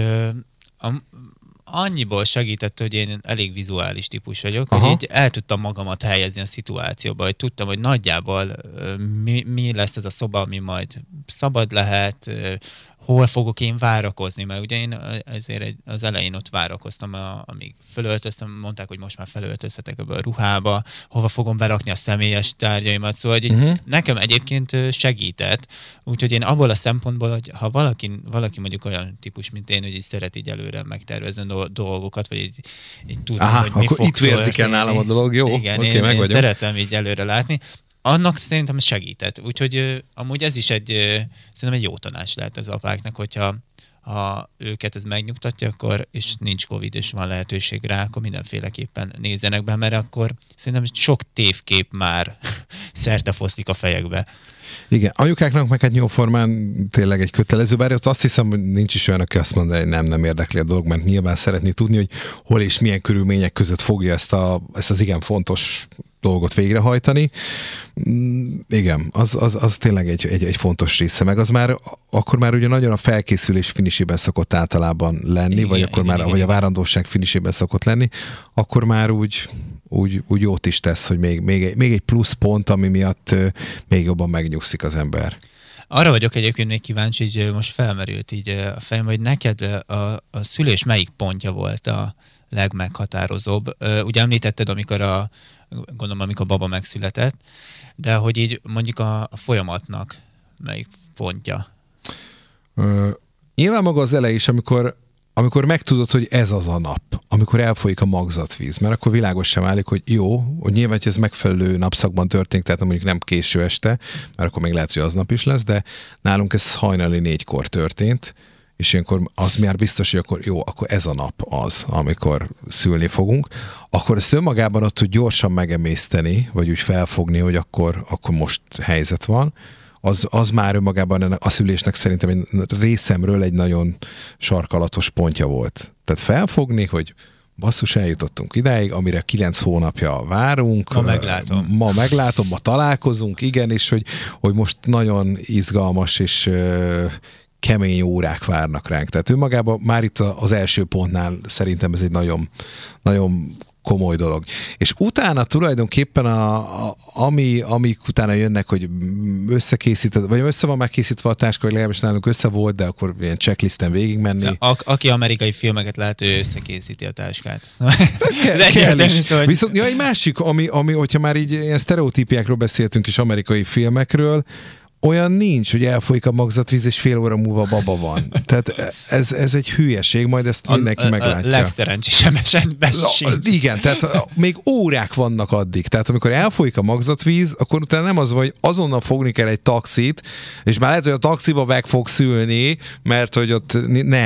annyiból segített, hogy én elég vizuális típus vagyok, hogy így el tudtam magamat helyezni a szituációba, hogy tudtam, hogy nagyjából mi lesz ez a szoba, ami majd szabad lehet, hol fogok én várakozni, mert ugye én ezért az elején ott várakoztam, amíg fölöltöztem, mondták, hogy most már felöltözhetek ebbe a ruhába, hova fogom berakni a személyes tárgyaimat, szóval hogy nekem egyébként segített, úgyhogy én abból a szempontból, hogy ha valaki mondjuk olyan típus, mint én, hogy így szeret így előre megtervezni dolgokat, vagy így tudni, hogy mi akkor fog itt vérzik el nálam a dolog, jó? Igen, én szeretem így előre látni. Annak szerintem segített. Úgyhogy amúgy ez is szerintem egy jó tanács lehet az apáknak, hogyha őket ez megnyugtatja, akkor, és nincs Covid, és van lehetőség rá, akkor mindenféleképpen nézzenek be, mert akkor szerintem sok tévkép már szertefoszlik a fejekbe. Igen, anyukáknak meg hát jóformán tényleg egy kötelező, bár ott azt hiszem, hogy nincs is olyan, aki azt mondja, hogy nem érdekli a dolog, mert nyilván szeretné tudni, hogy hol és milyen körülmények között fogja ezt az igen fontos dolgot végrehajtani. Igen, az tényleg egy fontos része, meg az már, akkor már ugye nagyon a felkészülés finisében szokott általában lenni, igen, vagy akkor igen, már, igen, vagy a várandóság finisében szokott lenni, akkor már úgy jót is tesz, hogy még egy plusz pont, ami miatt még jobban megnyugszik az ember. Arra vagyok egyébként még kíváncsi, hogy most felmerült így a fejem, hogy neked a szülés melyik pontja volt a legmeghatározóbb? Ugye említetted, amikor amikor baba megszületett, de hogy így mondjuk a folyamatnak melyik pontja? Nyilván maga az elej is, amikor megtudod, hogy ez az a nap, amikor elfolyik a magzatvíz, mert akkor világosan válik, hogy jó, hogy nyilván, hogy ez megfelelő napszakban történik, tehát mondjuk nem késő este, mert akkor még lehet, hogy aznap is lesz, de nálunk ez hajnali 4-kor történt, és ilyenkor az már biztos, hogy akkor ez a nap az, amikor szülni fogunk, akkor ezt önmagában ott tud gyorsan megemészteni, vagy úgy felfogni, hogy akkor most helyzet van, az már önmagában a szülésnek szerintem egy részemről egy nagyon sarkalatos pontja volt. Tehát felfogni, hogy basszus, eljutottunk idáig, amire 9 hónapja várunk. Ma meglátom, ma találkozunk, igen, és hogy most nagyon izgalmas és kemény órák várnak ránk. Tehát önmagában már itt az első pontnál szerintem ez egy nagyon, nagyon komoly dolog. És utána tulajdonképpen amik utána jönnek, hogy összekészíted, vagy össze van már készítve a táska, vagy legalábbis nálunk össze volt, de akkor ilyen checklisten végigmenni. Aki amerikai filmeket lát, ő összekészíti a táskát. Szóval... Viszont egy másik, ami hogyha már így ilyen sztereotípiákról beszéltünk is, amerikai filmekről, olyan nincs, hogy elfolyik a magzatvíz, és fél óra múlva baba van. Tehát ez egy hülyeség, majd ezt mindenki meglátja. Legszerencsésebb esetben sincs. Igen, tehát még órák vannak addig. Tehát amikor elfolyik a magzatvíz, akkor utána nem az van, hogy azonnal fogni kell egy taxit, és már lehet, hogy a taxiba meg fog szülni, mert hogy ott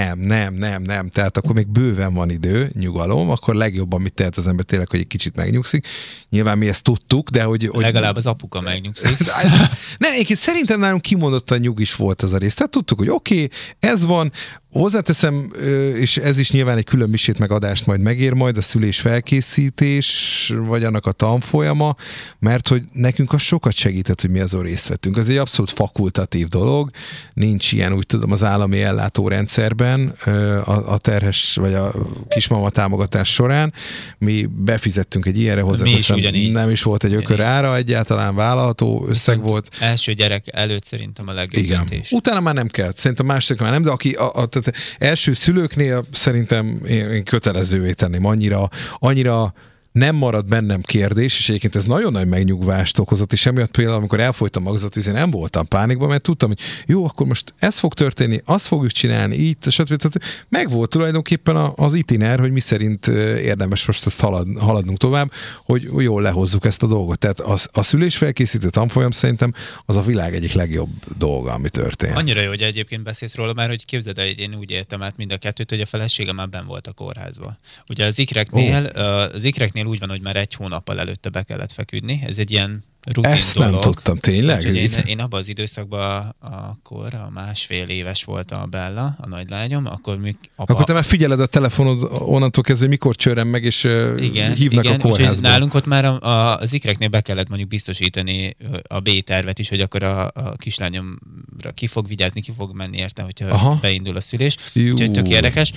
nem. Tehát akkor még bőven van idő, nyugalom, akkor legjobban mit tehet az ember tényleg, hogy egy kicsit megnyugszik. Nyilván mi ezt tudtuk, de hogy legalább az apuka megnyugszik. Szerintem nálunk kimondottan nyugis volt az a rész. Tehát tudtuk, hogy oké, ez van, hozzáteszem, és ez is nyilván egy külön misét megadást majd megér majd, a szülés felkészítés, vagy annak a tanfolyama, mert hogy nekünk az sokat segített, hogy mi azon részt vettünk. Ez egy abszolút fakultatív dolog, nincs ilyen, úgy tudom, az állami ellátórendszerben a terhes, vagy a kismama támogatás során. Mi befizettünk egy ilyenre, hozzáteszem, nem is volt egy ökör ára, egyáltalán vállalható összeg volt. Első gyerek előtt szerintem a legjobb döntés. Utána már nem kell, szerintem második már nem, de aki tehát első szülőknél szerintem én kötelezővé tenném, annyira nem marad bennem kérdés, és egyébként ez nagyon nagy megnyugvást okozott, és emiatt például, amikor elfolyt a magzatvíz, én nem voltam pánikban, mert tudtam, hogy jó, akkor most ez fog történni, azt fogjuk csinálni, így, stb. Tehát meg volt tulajdonképpen az itiner, hogy mi szerint érdemes most ezt haladnunk tovább, hogy jól lehozzuk ezt a dolgot. Tehát a szülésfelkészítő tanfolyam szerintem az a világ egyik legjobb dolga, ami történt. Annyira jó, hogy egyébként beszélsz róla, mert hogy képzeld el, hogy én úgy értem át mind a kettőt, hogy a feleségem már benn volt a kórházban. Ugye az ikreknél úgy van, hogy már 1 hónappal előtte be kellett feküdni. Ez egy ilyen rutin Ezt dolog. nem tudtam, tényleg? Én abban az időszakban akkor a 1,5 éves volt a Bella, a nagylányom, akkor Akkor te már figyeled a telefonod onnantól kezdve, hogy mikor csörren meg, és hívnak a kórházba. Nálunk ott már az ikreknél be kellett mondjuk biztosítani a B-tervet is, hogy akkor a kislányomra ki fog vigyázni, ki fog menni érte, hogyha beindul a szülés. Úgyhogy tök érdekes.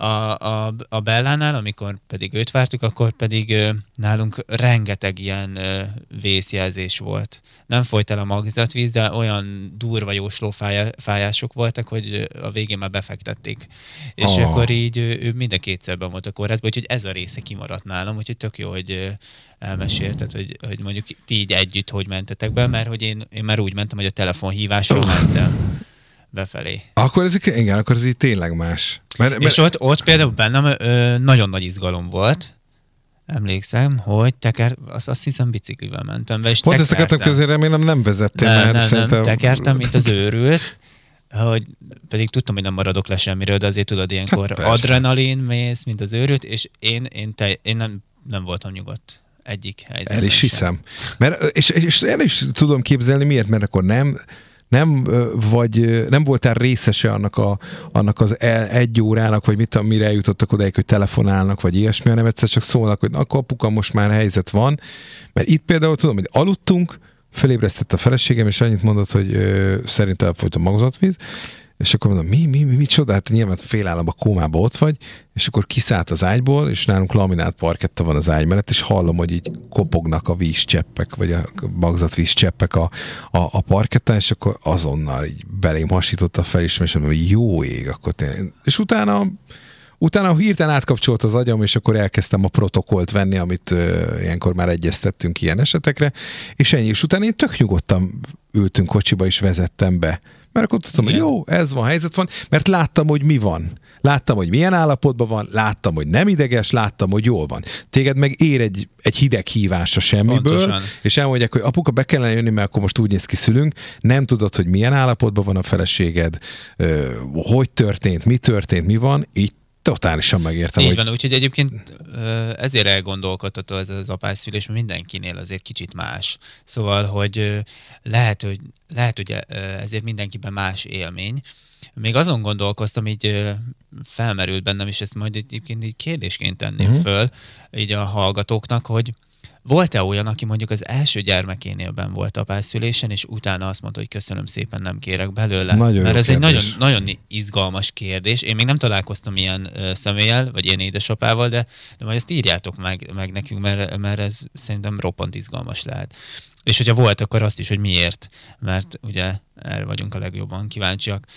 A Bellánál, amikor pedig őt vártuk, akkor pedig nálunk rengeteg ilyen vészjelzés volt. Nem folyt el a magzatvíz, de olyan durva jósló fájások voltak, hogy a végén már befektették. És akkor így ő minden kétszerben volt a kórházban, úgyhogy ez a része kimaradt nálam, úgyhogy tök jó, hogy elmesélted, hogy mondjuk ti így együtt hogy mentetek be, mert hogy én már úgy mentem, hogy a telefonhívásról mentem befelé. Akkor ez így tényleg más. És ott például bennem nagyon nagy izgalom volt. Emlékszem, hogy azt hiszem biciklivel mentem be, és pont ezt akartam közé, remélem nem vezettél. Nem, tekertem, mint az őrült, hogy pedig tudtam, hogy nem maradok le semmiről, de azért tudod, ilyenkor adrenalin mész, mint az őrült, és én nem voltam nyugodt egyik helyzetben. El is hiszem. És el is tudom képzelni, miért, mert akkor nem voltál részese annak az egy órának, vagy mire eljutottak odáig, hogy telefonálnak, vagy ilyesmi, hanem egyszer csak szólnak, hogy akkor apuka, most már helyzet van. Mert itt például tudom, hogy aludtunk, felébresztett a feleségem, és annyit mondott, hogy szerint elfolyt a magzatvíz, és akkor mondom, mi csodát, nyilván félállamban, kómában ott vagy, és akkor kiszállt az ágyból, és nálunk laminált parketta van az ágy mellett, és hallom, hogy így kopognak a vízcseppek, vagy a magzatvízcseppek a parkettán, és akkor azonnal így belém hasította a felismerésem, hogy jó ég, akkor tényleg. És utána hirtelen átkapcsolt az agyam, és akkor elkezdtem a protokollt venni, amit ilyenkor már egyeztettünk ilyen esetekre, és ennyi. És utána én tök nyugodtan ültünk kocsiba, és vezettem be. Mert akkor tudtam, hogy jó, ez van, helyzet van, mert láttam, hogy mi van. Láttam, hogy milyen állapotban van, láttam, hogy nem ideges, láttam, hogy jól van. Téged meg ér egy hideg hívás a semmiből, pontosan. És elmondják, hogy apuka, be kellene jönni, mert akkor most úgy néz ki, szülünk, nem tudod, hogy milyen állapotban van a feleséged, hogy történt, mi van, így totálisan megértem. Így van, úgyhogy egyébként ezért elgondolkodható ez az apászszülés, mert mindenkinél azért kicsit más. Szóval, hogy lehet, hogy ezért mindenkiben más élmény. Még azon gondolkoztam, így felmerült bennem, és ezt majd egyébként így kérdésként tenném föl így a hallgatóknak, hogy volt-e olyan, aki mondjuk az első gyermekénél benn volt apászszülésen, és utána azt mondta, hogy köszönöm szépen, nem kérek belőle? Nagyon mert ez kérdés. egy nagyon izgalmas kérdés. Én még nem találkoztam ilyen személlyel, vagy ilyen édesapával, de majd ezt írjátok meg nekünk, mert ez szerintem roppant izgalmas lehet. És hogyha volt, akkor azt is, hogy miért, mert ugye erre vagyunk a legjobban kíváncsiak.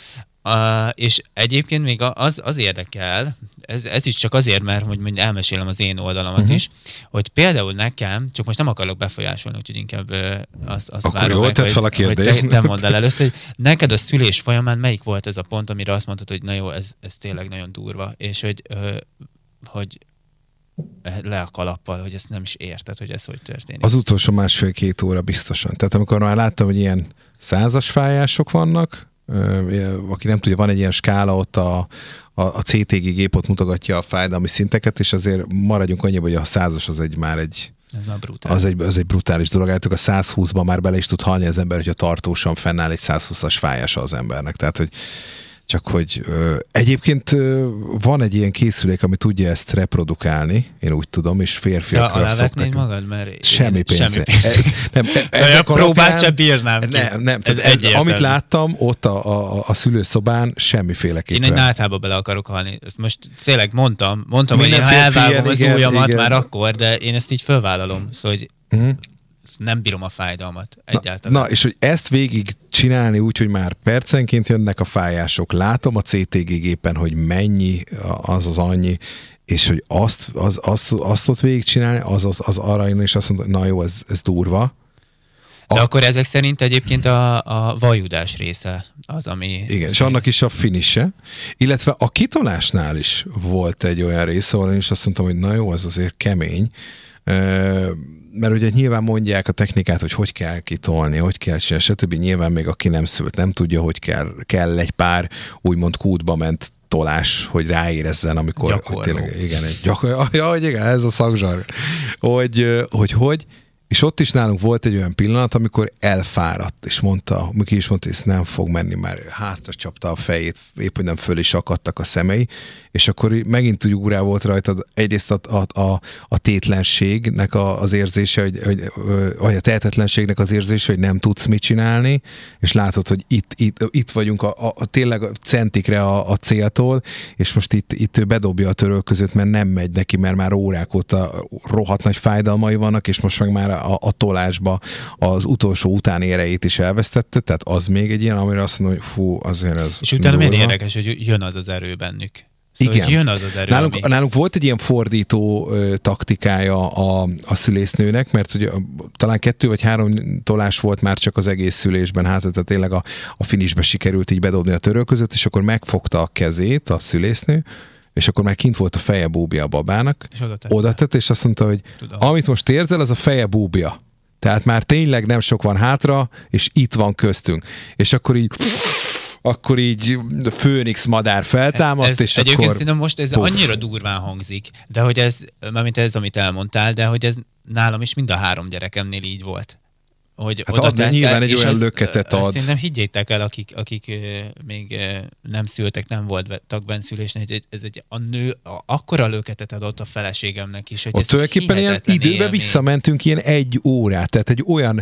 És egyébként még az érdekel, ez is csak azért, mert hogy elmesélem az én oldalamat is, hogy például nekem, csak most nem akarok befolyásolni, úgyhogy inkább azt várom meg, hogy te mondd el először, hogy neked a szülés folyamán melyik volt ez a pont, amire azt mondtad, hogy na jó, ez tényleg nagyon durva, és hogy le a kalappal, hogy ezt nem is érted, hogy ez hogy történik. Az utolsó 1,5-2 óra biztosan. Tehát amikor már láttam, hogy ilyen 100-as fájások vannak, aki nem tudja, van egy ilyen skála, ott a CTG gép ott mutogatja a fájdalmi szinteket, és azért maradjunk annyiba, hogy a 100-as az egy ez már brutális. Az egy brutális dolog. Állítok, a 120-ban már bele is tud halni az ember, hogyha tartósan fennáll egy 120-as fájása az embernek. Tehát, hogy csak hogy egyébként van egy ilyen készülék, ami tudja ezt reprodukálni, én úgy tudom, és férfiakra szoktak. Magad, mert semmi pénz. Próbált se bírnám ki. Nem. Amit láttam, ott a szülőszobán semmiféleképpen. Én egy náthába bele akarok halni. Ezt most tényleg mondtam, hogy én ha elvágom az ujjamat már akkor, de én ezt így fölvállalom. Szóval, hogy nem bírom a fájdalmat egyáltalán. Na, és hogy ezt végig csinálni úgy, hogy már percenként jönnek a fájások, látom a CTG gépen, hogy mennyi az annyi, és hogy azt ott végig csinálni, az aranyon, és azt mondta, na jó, ez durva. De akkor ezek szerint egyébként a vajudás része az, ami... Igen, és annak is a finise, illetve a kitolásnál is volt egy olyan része, ahol én is azt mondtam, hogy na jó, ez azért kemény, mert ugye nyilván mondják a technikát, hogy kell kitolni, hogy kell csinálni, stb. Nyilván még aki nem szült, nem tudja, hogy kell egy pár úgymond kútba ment tolás, hogy ráérezzen, amikor... Gyakorló. Igen, igen, ez a szakzsar. Hogy És ott is nálunk volt egy olyan pillanat, amikor elfáradt, és mondta, Miki is mondta, hogy ez nem fog menni, már hátra csapta a fejét, épp hogy nem föl is akadtak a szemei, és akkor megint úgy ugrál volt rajta egyrészt a tétlenségnek az érzése, vagy a tehetetlenségnek az érzése, hogy nem tudsz mit csinálni, és látod, hogy itt vagyunk tényleg centikre a céltól, és most itt ő bedobja a törölközőt, mert nem megy neki, mert már órák óta rohadt nagy fájdalmai vannak, és most meg már a tolásba az utolsó utáni erejét is elvesztette, tehát az még egy ilyen, amire azt mondom, hogy fú, azért ez... És utána milyen érdekes, hogy jön az erő bennük. Szóval igen. Jön az erő, nálunk volt egy ilyen fordító taktikája a szülésznőnek, mert ugye talán 2 vagy 3 tolás volt már csak az egész szülésben, tehát tényleg a finisbe sikerült így bedobni a törölközőt, és akkor megfogta a kezét a szülésznő, és akkor már kint volt a feje búbja a babának, oda tett, és azt mondta, hogy amit most érzel, az a feje búbja. Tehát már tényleg nem sok van hátra, és itt van köztünk. És akkor így főnix madár feltámadt, és egyébként akkor... Egyébként most ez annyira durván hangzik, de hogy ez, mármint ez, amit elmondtál, de hogy ez nálam is mind a 3 gyerekemnél így volt. Hogy hát ad nyilván egy olyan löketet ad. Szerintem higgyétek el, akik még nem szültek, nem voltak bennszülésnél, hogy a nő akkora löketet adott a feleségemnek is, hogy ott tulajdonképpen ilyen időben visszamentünk ilyen 1 órát, tehát egy olyan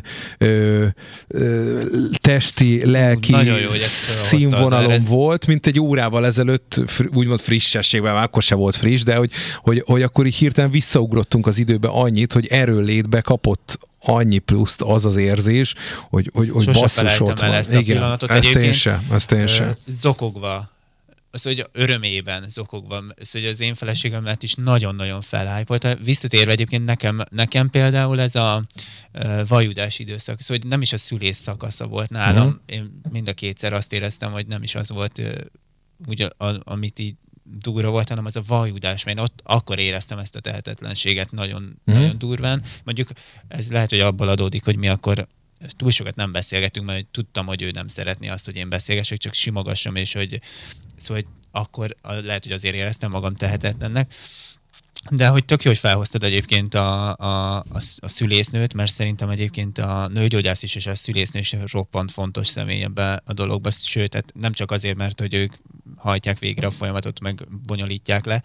testi, lelki színvonalon volt, mint egy órával ezelőtt, úgymond frissességben, már akkor se volt friss, de hogy akkor így hirtelen visszaugrottunk az időbe annyit, hogy erőlétbe kapott annyi pluszt az érzés, hogy basszus ott van. Ezt a pillanatot. Ezt én sem. Zokogva, az, hogy örömében zokogva, az, hogy az én feleségem lett is nagyon-nagyon felhájpolt. Visszatérve egyébként nekem például ez a vajudás időszak, szóval nem is a szülés szakasza volt nálam. Én mind a 2-szer azt éreztem, hogy nem is az volt, ugye, amit így durva volt, hanem az a vajudás, mert én ott akkor éreztem ezt a tehetetlenséget nagyon durván. Mondjuk ez lehet, hogy abból adódik, hogy mi akkor túl sokat nem beszélgetünk, mert tudtam, hogy ő nem szeretné azt, hogy én beszélgessek, csak simogassam, és hogy szóval hogy akkor lehet, hogy azért éreztem magam tehetetlennek. De hogy tök jó, hogy felhoztad egyébként a szülésznőt, mert szerintem egyébként a nőgyógyász is és a szülésznő is roppant fontos személy ebbe a dologba, sőt, hát nem csak azért, mert hogy ők hajtják végre a folyamatot, meg bonyolítják le,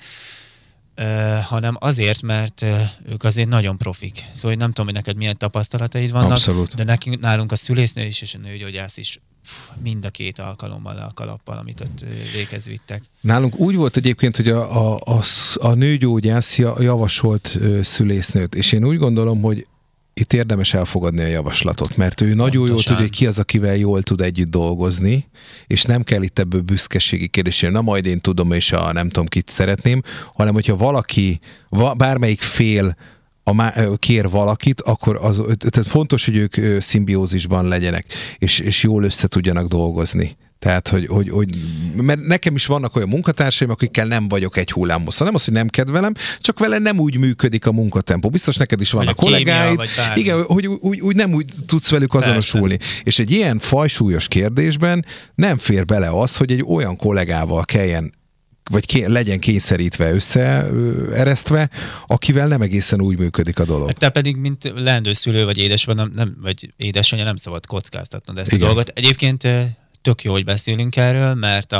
hanem azért, mert ők azért nagyon profik. Szóval nem tudom, hogy neked milyen tapasztalataid vannak, abszolút. De nálunk a szülésznő is és a nőgyógyász is mind a 2 alkalommal le a kalappal, amit ott véghez vittek. Nálunk úgy volt egyébként, hogy a nőgyógyász javasolt szülésznőt, és én úgy gondolom, hogy itt érdemes elfogadni a javaslatot, mert ő nagyon jól tudja, hogy ki az, akivel jól tud együtt dolgozni, és nem kell itt ebből büszkeségi kérdésére, na majd én tudom, és nem tudom, kit szeretném, hanem hogyha valaki, bármelyik fél kér valakit, akkor tehát fontos, hogy ők szimbiózisban legyenek, és jól össze tudjanak dolgozni. Tehát, hogy mert nekem is vannak olyan munkatársaim, akikkel nem vagyok egy hullámhosszon. Nem az, hogy nem kedvelem, csak vele nem úgy működik a munkatempó. Biztos neked is vannak kollégáid. Igen, hogy úgy nem úgy tudsz velük azonosulni. Persze. És egy ilyen fajsúlyos kérdésben nem fér bele az, hogy egy olyan kollégával kelljen vagy legyen kényszerítve, összeeresztve, akivel nem egészen úgy működik a dolog. Te pedig, mint leendő szülő vagy édesanyja, vagy édesanyja nem szabad kockáztatnod ezt a dolgot. Egyébként tök jó, hogy beszélünk erről, mert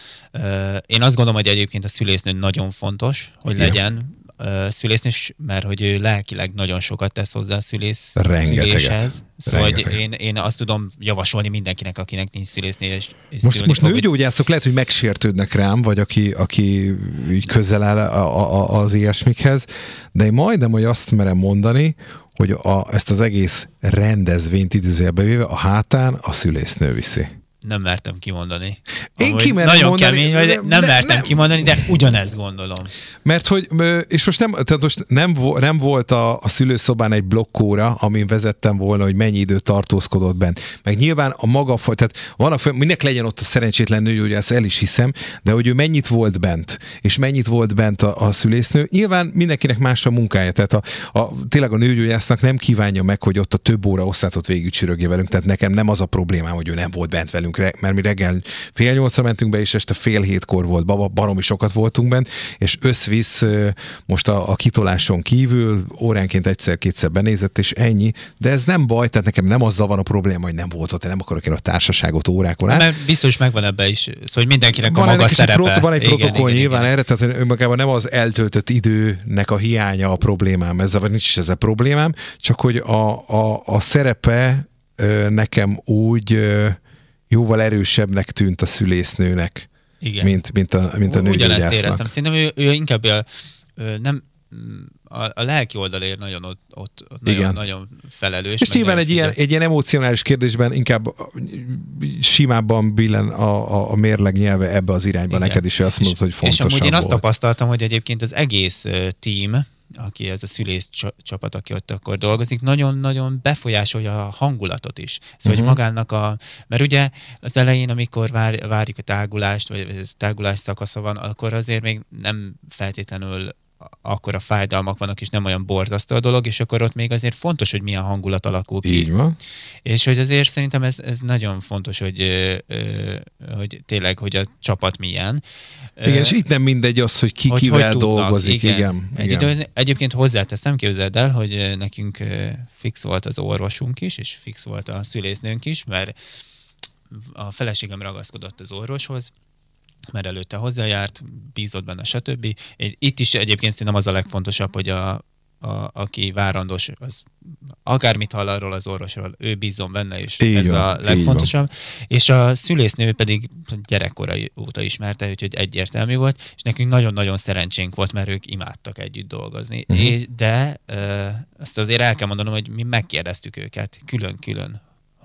én azt gondolom, hogy egyébként a szülésznő nagyon fontos, hogy legyen szülésznő, mert hogy ő lelkileg nagyon sokat tesz hozzá a szüléshez. Szóval én azt tudom javasolni mindenkinek, akinek nincs szülésznő. És most nőgyógyászok lehet, hogy megsértődnek rám, vagy aki így közel áll az ilyesmikhez, de én majdnem, hogy azt merem mondani, hogy ezt az egész rendezvényt idézőjelbe véve a hátán a szülésznő viszi. Nem mertem kimondani. Én kimerem nagyon mondani. Kemény, vagy nem mertem kimondani, de ugyanezt gondolom. Mert hogy, és most nem volt a szülőszobán egy blokkóra, amin vezettem volna, hogy mennyi idő tartózkodott bent. Meg nyilván a maga, tehát vannak, minek legyen ott a szerencsétlen nő, hogy ezt el is hiszem, de hogy ő mennyit volt bent, és mennyit volt bent a szülésznő. Nyilván mindenkinek más a munkája, tehát tényleg a nőgyógyásznak nem kívánja meg, hogy ott a több óra osztátot végigcsörögje velünk, tehát nekem nem az a problémám, hogy ő nem volt bent velünk mert mi reggel 7:30 mentünk be, és este 6:30 volt, baromi sokat voltunk bent, és összvisz most a kitoláson kívül óránként egyszer-kétszer benézett, és ennyi, de ez nem baj, tehát nekem nem azzal van a probléma, hogy nem volt ott, nem akarok én a társaságot órákon át. Mert biztos megvan ebbe is, szóval hogy mindenkinek a maga szerepe. Van egy protokoll nyilván erre, tehát önmagában nem az eltöltött időnek a hiánya a problémám, ezzel vagy nincs is ezzel problémám, csak hogy a szerepe nekem úgy jóval erősebbnek tűnt a szülésznőnek, mint a nőgyógyásznak. Ugyanezt éreztem. Szerintem ő inkább nem a lelki oldalért nagyon ott nagyon felelős. És nyilván egy ilyen emocionális kérdésben inkább simábban billen a mérleg nyelve ebbe az irányba. Igen. Neked is azt mondod, hogy fontosabb volt. És amúgy én azt tapasztaltam, hogy egyébként az egész team, aki ez a szülész csapat, aki ott akkor dolgozik, nagyon-nagyon befolyásolja a hangulatot is. Szóval, hogy magának mert ugye az elején, amikor várjuk a tágulást, vagy ez tágulás szakasza van, akkor azért még nem feltétlenül akkor a fájdalmak vannak, és nem olyan borzasztó a dolog, és akkor ott még azért fontos, hogy milyen hangulat alakul ki. Így van. És hogy azért szerintem ez nagyon fontos, hogy tényleg, hogy a csapat milyen. Igen, és itt nem mindegy az, hogy ki kivel dolgozik. Igen. Egyébként hozzáteszem, képzeld el, hogy nekünk fix volt az orvosunk is, és fix volt a szülésznőnk is, mert a feleségem ragaszkodott az orvoshoz, mert előtte hozzájárt, bízott benne, stb. Itt is egyébként szerintem az a legfontosabb, hogy aki várandós, az akármit hall arról az orvosról, ő bízzon benne, és így ez van, a legfontosabb. És a szülésznő pedig gyerekkora óta ismerte, úgyhogy egyértelmű volt, és nekünk nagyon-nagyon szerencsénk volt, mert ők imádtak együtt dolgozni. De azt azért el kell mondanom, hogy mi megkérdeztük őket külön-külön.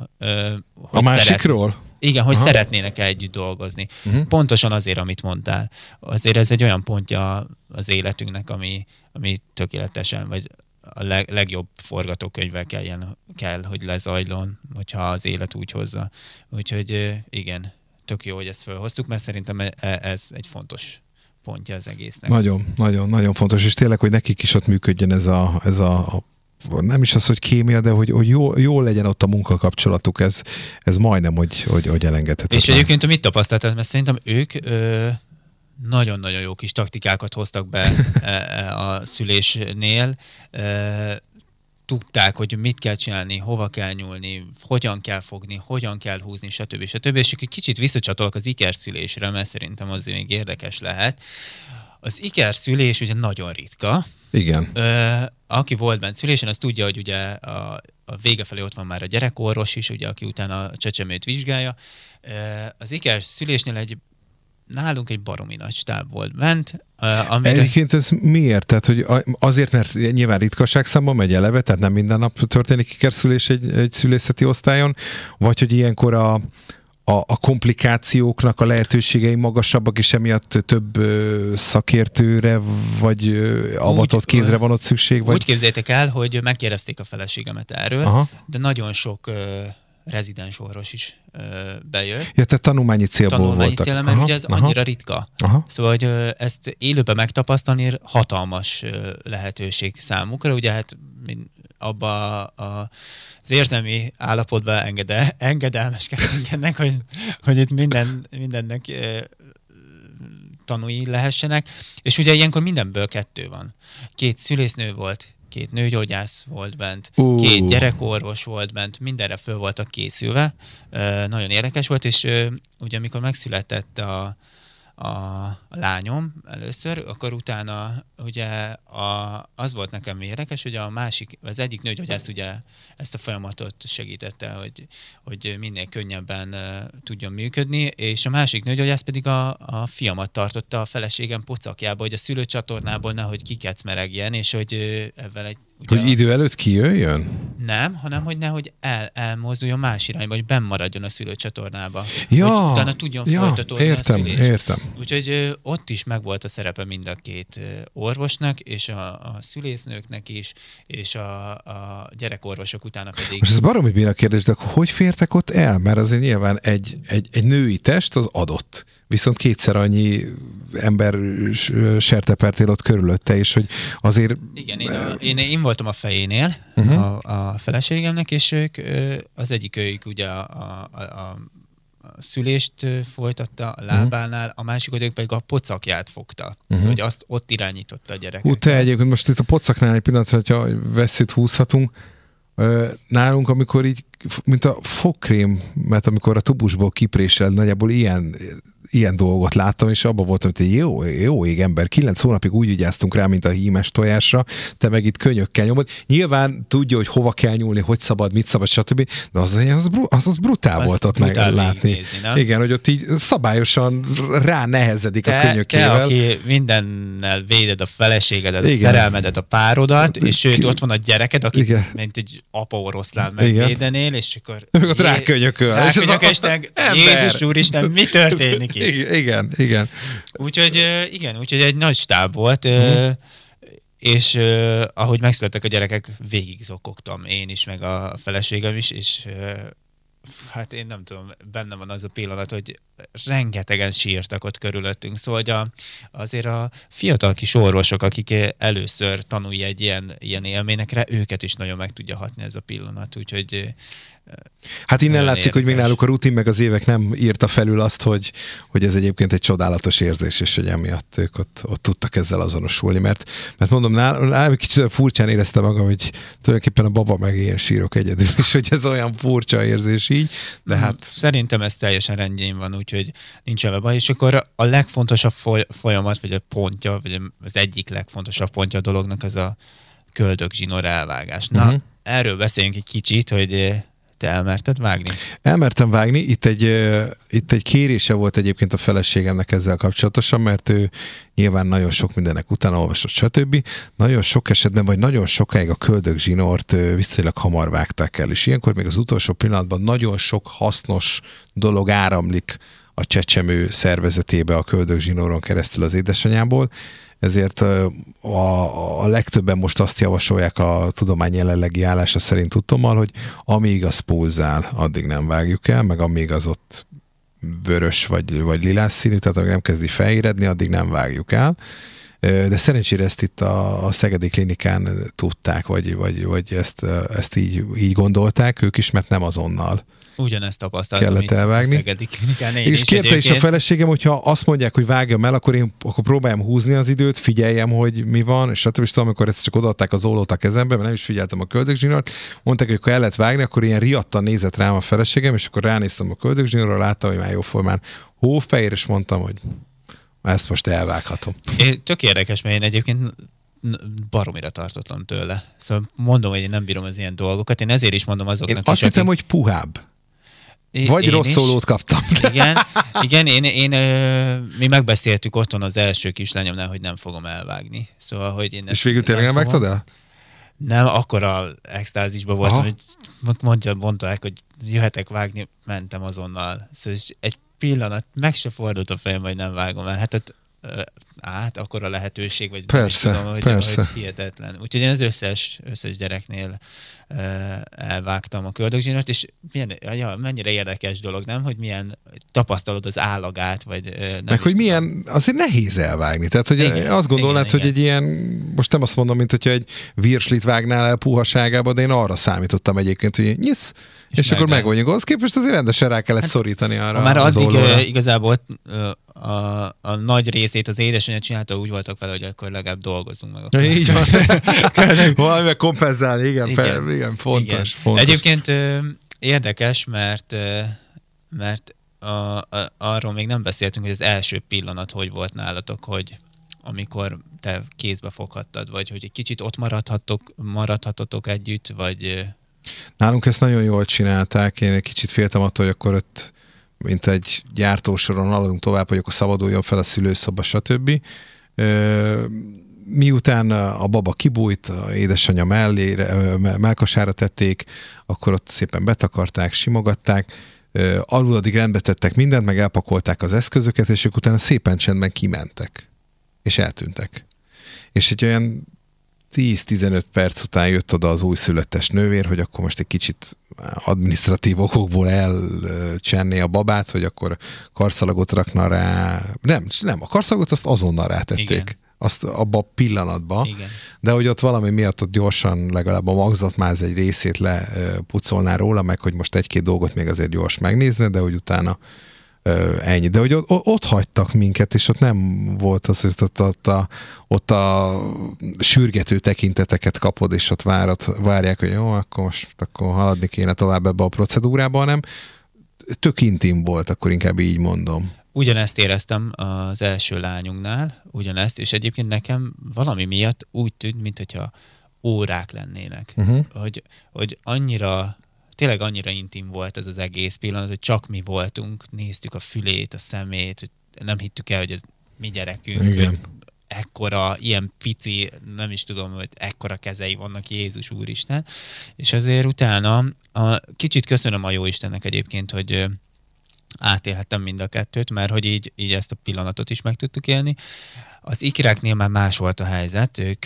A másikról? Igen, hogy szeretnének együtt dolgozni. Pontosan azért, amit mondtál. Azért ez egy olyan pontja az életünknek, ami tökéletesen, vagy a legjobb forgatókönyvvel kell, hogy lezajlon, hogyha az élet úgy hozza. Úgyhogy igen, tök jó, hogy ezt felhoztuk, mert szerintem ez egy fontos pontja az egésznek. Nagyon fontos, és tényleg, hogy nekik is ott működjön ez a nem is az, hogy kémia, de hogy jól legyen ott a munkakapcsolatuk, ez majdnem, hogy elengedhetetlen. És egyébként mit tapasztaltad? Mert szerintem ők nagyon-nagyon jó kis taktikákat hoztak be a szülésnél. Tudták, hogy mit kell csinálni, hova kell nyúlni, hogyan kell fogni, hogyan kell húzni, stb. És egy kicsit visszacsatolok az ikerszülésre, mert szerintem az még érdekes lehet. Az ikerszülés ugye nagyon ritka. Igen. Aki volt bent szülésen, az tudja, hogy ugye a vége felé ott van már a gyerekorvos is, ugye, aki utána a csecsemőt vizsgálja. Az ikerszülésnél nálunk egy baromi nagy stáb volt bent. Egyébként ez miért? Tehát, hogy azért, mert nyilván ritkaságszámban megy eleve, tehát nem minden nap történik ikerszülés egy szülészeti osztályon, vagy hogy ilyenkor a komplikációknak a lehetőségei magasabbak, és emiatt több szakértőre, vagy avatott kézre van ott szükség? Vagy? Úgy képzeljétek el, hogy megkérdezték a feleségemet erről, de nagyon sok rezidens orvos is bejött. Ja, tehát tanulmányi célból voltak. Mert ugye ez annyira ritka. Szóval, hogy ezt élőben megtapasztalni hatalmas lehetőség számukra. Ugye hát abba az érzelmi állapotban engedelmeskedtünk ennek, hogy itt mindennek tanúi lehessenek. És ugye ilyenkor mindenből 2 van. 2 szülésznő volt, 2 nőgyógyász volt bent, 2 gyerekorvos volt bent, mindenre föl voltak készülve. Nagyon érdekes volt, és ugye amikor megszületett a lányom először, akkor utána ugye az volt nekem érdekes, hogy az egyik nőgyógyász ugye ezt a folyamatot segítette, hogy minél könnyebben tudjon működni, és a másik nőgyógyász pedig a fiamat tartotta a feleségem pocakjába, hogy a szülőcsatornából nehogy kikecmeregjen, és hogy ebben hogy idő előtt kijöjjön? Nem, hanem hogy nehogy elmozduljon más irányba, hogy benn maradjon a szülőcsatornába. Ja, hogy utána tudjon folytatódni a szülés. Értem. Úgyhogy ott is megvolt a szerepe mind a 2 orvosnak, és a szülésznőknek is, és a gyerekorvosok utána pedig. Most ez baromi béna kérdés, de hogy fértek ott el? Mert azért nyilván egy női test az adott. Viszont 2-szer annyi ember sertepertél ott körülötte, és hogy azért... Igen, én voltam a fejénél a feleségemnek, és ők, az egyik őjük ugye a szülést folytatta a lábánál, a másik oldalon pedig a pocakját fogta. Szóval, hogy azt ott irányította a gyereket. Te egyébként most itt a pocaknál egy pillanatra, hogyha vesszőt húzhatunk, nálunk, amikor így, mint a fogkrém, mert amikor a tubusból kiprésel, nagyjából ilyen dolgot láttam, és abban voltam, hogy jó ég ember, 9 hónapig úgy vigyáztunk rá, mint a hímes tojásra, te meg itt könyökkel nyomod. Nyilván tudja, hogy hova kell nyúlni, hogy szabad, mit szabad, stb. De az brutál volt ott meglátni. Igen, hogy ott így szabályosan ránehezedik a könyökével. Te, aki mindennel véded a feleségedet, a szerelmedet, a párodat, és ott ott van a gyereked, aki mint egy apa oroszlán megvédenél, és akkor ott rákönyököl. Jézus Úristen, mi történik? Igen. Úgyhogy egy nagy stáb volt, és ahogy megszülettek a gyerekek, végig zokogtam én is, meg a feleségem is, és hát én nem tudom, benne van az a pillanat, hogy rengetegen sírtak ott körülöttünk, szóval azért a fiatal kis orvosok, akik először tanulja egy ilyen élményekre, őket is nagyon meg tudja hatni ez a pillanat, úgyhogy hát innen látszik, érdekes. Hogy még náluk a rutin meg az évek nem írta felül azt, hogy ez egyébként egy csodálatos érzés, és hogy emiatt ők ott tudtak ezzel azonosulni, mert mondom, nálam kicsit furcsán éreztem magam, hogy tulajdonképpen a baba meg én sírok egyedül, és hogy ez olyan furcsa érzés így, de hát... Szerintem ez teljesen rendjén van, úgyhogy nincs ebben baj, és akkor a legfontosabb folyamat, vagy a pontja, vagy az egyik legfontosabb pontja a dolognak az a köldögzsinór elvágás. Na, erről beszéljünk egy kicsit, hogy te elmerted vágni? Elmertem vágni. Itt egy kérése volt egyébként a feleségemnek ezzel kapcsolatosan, mert ő nyilván nagyon sok mindennek utána olvasott, stb. Nagyon sok esetben, vagy nagyon sokáig a köldögzsinort viszonylag hamar vágták el, és ilyenkor még az utolsó pillanatban nagyon sok hasznos dolog áramlik a csecsemő szervezetébe a köldögzsinóron keresztül az édesanyából. Ezért a legtöbben most azt javasolják a tudomány jelenlegi állása szerint tudtommal, hogy amíg az pulzál, addig nem vágjuk el, meg amíg az ott vörös vagy lilás színű, tehát amíg nem kezdi fehéredni, addig nem vágjuk el. De szerencsére ezt itt a Szegedi Klinikán tudták, vagy ezt így gondolták ők is, mert nem azonnal ugyanezt tapasztaltam kellett elvágni. A Szegedi Klinikán. És kérte is a feleségem, hogyha azt mondják, hogy vágjam el, akkor próbáljam húzni az időt, figyeljem, hogy mi van, és stb. És tudom, amikor ezt csak odaadták az ólót a kezembe, mert nem is figyeltem a köldögzsinort, mondták, hogy akkor el lehet vágni, akkor ilyen riadtan nézett rám a feleségem, és akkor ránéztem a köldögzsinorra, láttam, hogy már jóformán hófehér, és mondtam, hogy ezt most elvághatom. Tök érdekes, mert én egyébként baromira tartottam tőle. Szóval mondom, hogy én nem bírom az ilyen dolgokat. Én ezért is mondom azoknak. Én azt hittem, hogy puhább. Vagy rossz szólót kaptam. Igen, mi megbeszéltük otthon az első kislányomnál, hogy nem fogom elvágni. Szóval, hogy én és végül tényleg nem vágtad el? Nem, akkora extázisban voltam, hogy mondták, hogy jöhetek vágni, mentem azonnal. Szóval egy pillanat, meg se fordult a fejem, hogy nem vágom el. Hát akkor a lehetőség, vagy persze, nem tudom, hogy hihetetlen. Úgyhogy én az összes gyereknél elvágtam a köldögzsinort, és mennyire érdekes dolog, nem? Hogy milyen tapasztalod az állagát, vagy nem. Meg hogy milyen, azért nehéz elvágni. Tehát, hogy azt gondolnád, hogy egy ilyen, most nem azt mondom, mint hogyha egy virslit vágnál el puhaságába, de én arra számítottam egyébként, hogy nyisz, és akkor megvonjuk. Az képest azért rendesen rá kellett szorítani arra. Már addig igazából a nagy részét az édesanyja csinálta, úgy voltak vele, hogy akkor legalább dolgozunk meg. Akkor. Így van. Valamivel kompenzálni, igen, fontos. Egyébként érdekes, mert arról még nem beszéltünk, hogy az első pillanat hogy volt nálatok, hogy amikor te kézbe foghattad, vagy hogy egy kicsit ott maradhatotok együtt, vagy... Nálunk ezt nagyon jól csinálták, én egy kicsit féltem attól, hogy akkor ott mint egy gyártósoron haladunk tovább, hogy akkor szabaduljon fel a szülőszoba, stb. Miután a baba kibújt, a édesanyja mellkasára tették, akkor ott szépen betakarták, simogatták, alul addig rendbe tettek mindent, meg elpakolták az eszközöket, és ők utána szépen csendben kimentek, és eltűntek. És egy olyan 10-15 perc után jött oda az újszülöttes nővér, hogy akkor most egy kicsit adminisztratív okokból elcsenné a babát, hogy akkor karszalagot rakna rá. Nem, a karszalagot azt azonnal rátették. Igen. azt abba a pillanatban, igen. De hogy ott valami miatt ott gyorsan legalább a magzatmáz egy részét lepucolná róla, meg hogy most egy-két dolgot még azért gyors megnézne, de hogy utána ennyi. De hogy ott hagytak minket, és ott nem volt az, hogy ott a sürgető tekinteteket kapod, és ott várják, hogy jó, akkor haladni kéne tovább ebbe a procedúrába, hanem tök intim volt, akkor inkább így mondom. Ugyanezt éreztem az első lányunknál, és egyébként nekem valami miatt úgy tűnt, mintha órák lennének. Hogy tényleg annyira intim volt ez az egész pillanat, hogy csak mi voltunk, néztük a fülét, a szemét, nem hittük el, hogy ez mi gyerekünk, hogy ekkora, ilyen pici, nem is tudom, hogy ekkora kezei vannak, Jézus Úristen. És azért utána kicsit köszönöm a Jóistennek egyébként, hogy átélhettem mind a kettőt, mert hogy így ezt a pillanatot is meg tudtuk élni. Az ikiráknél már más volt a helyzet, ők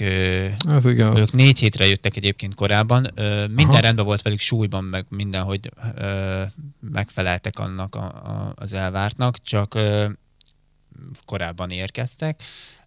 4 hétre jöttek egyébként korábban, minden rendben volt velük súlyban, meg minden, hogy megfeleltek annak az elvártnak, csak korábban érkeztek,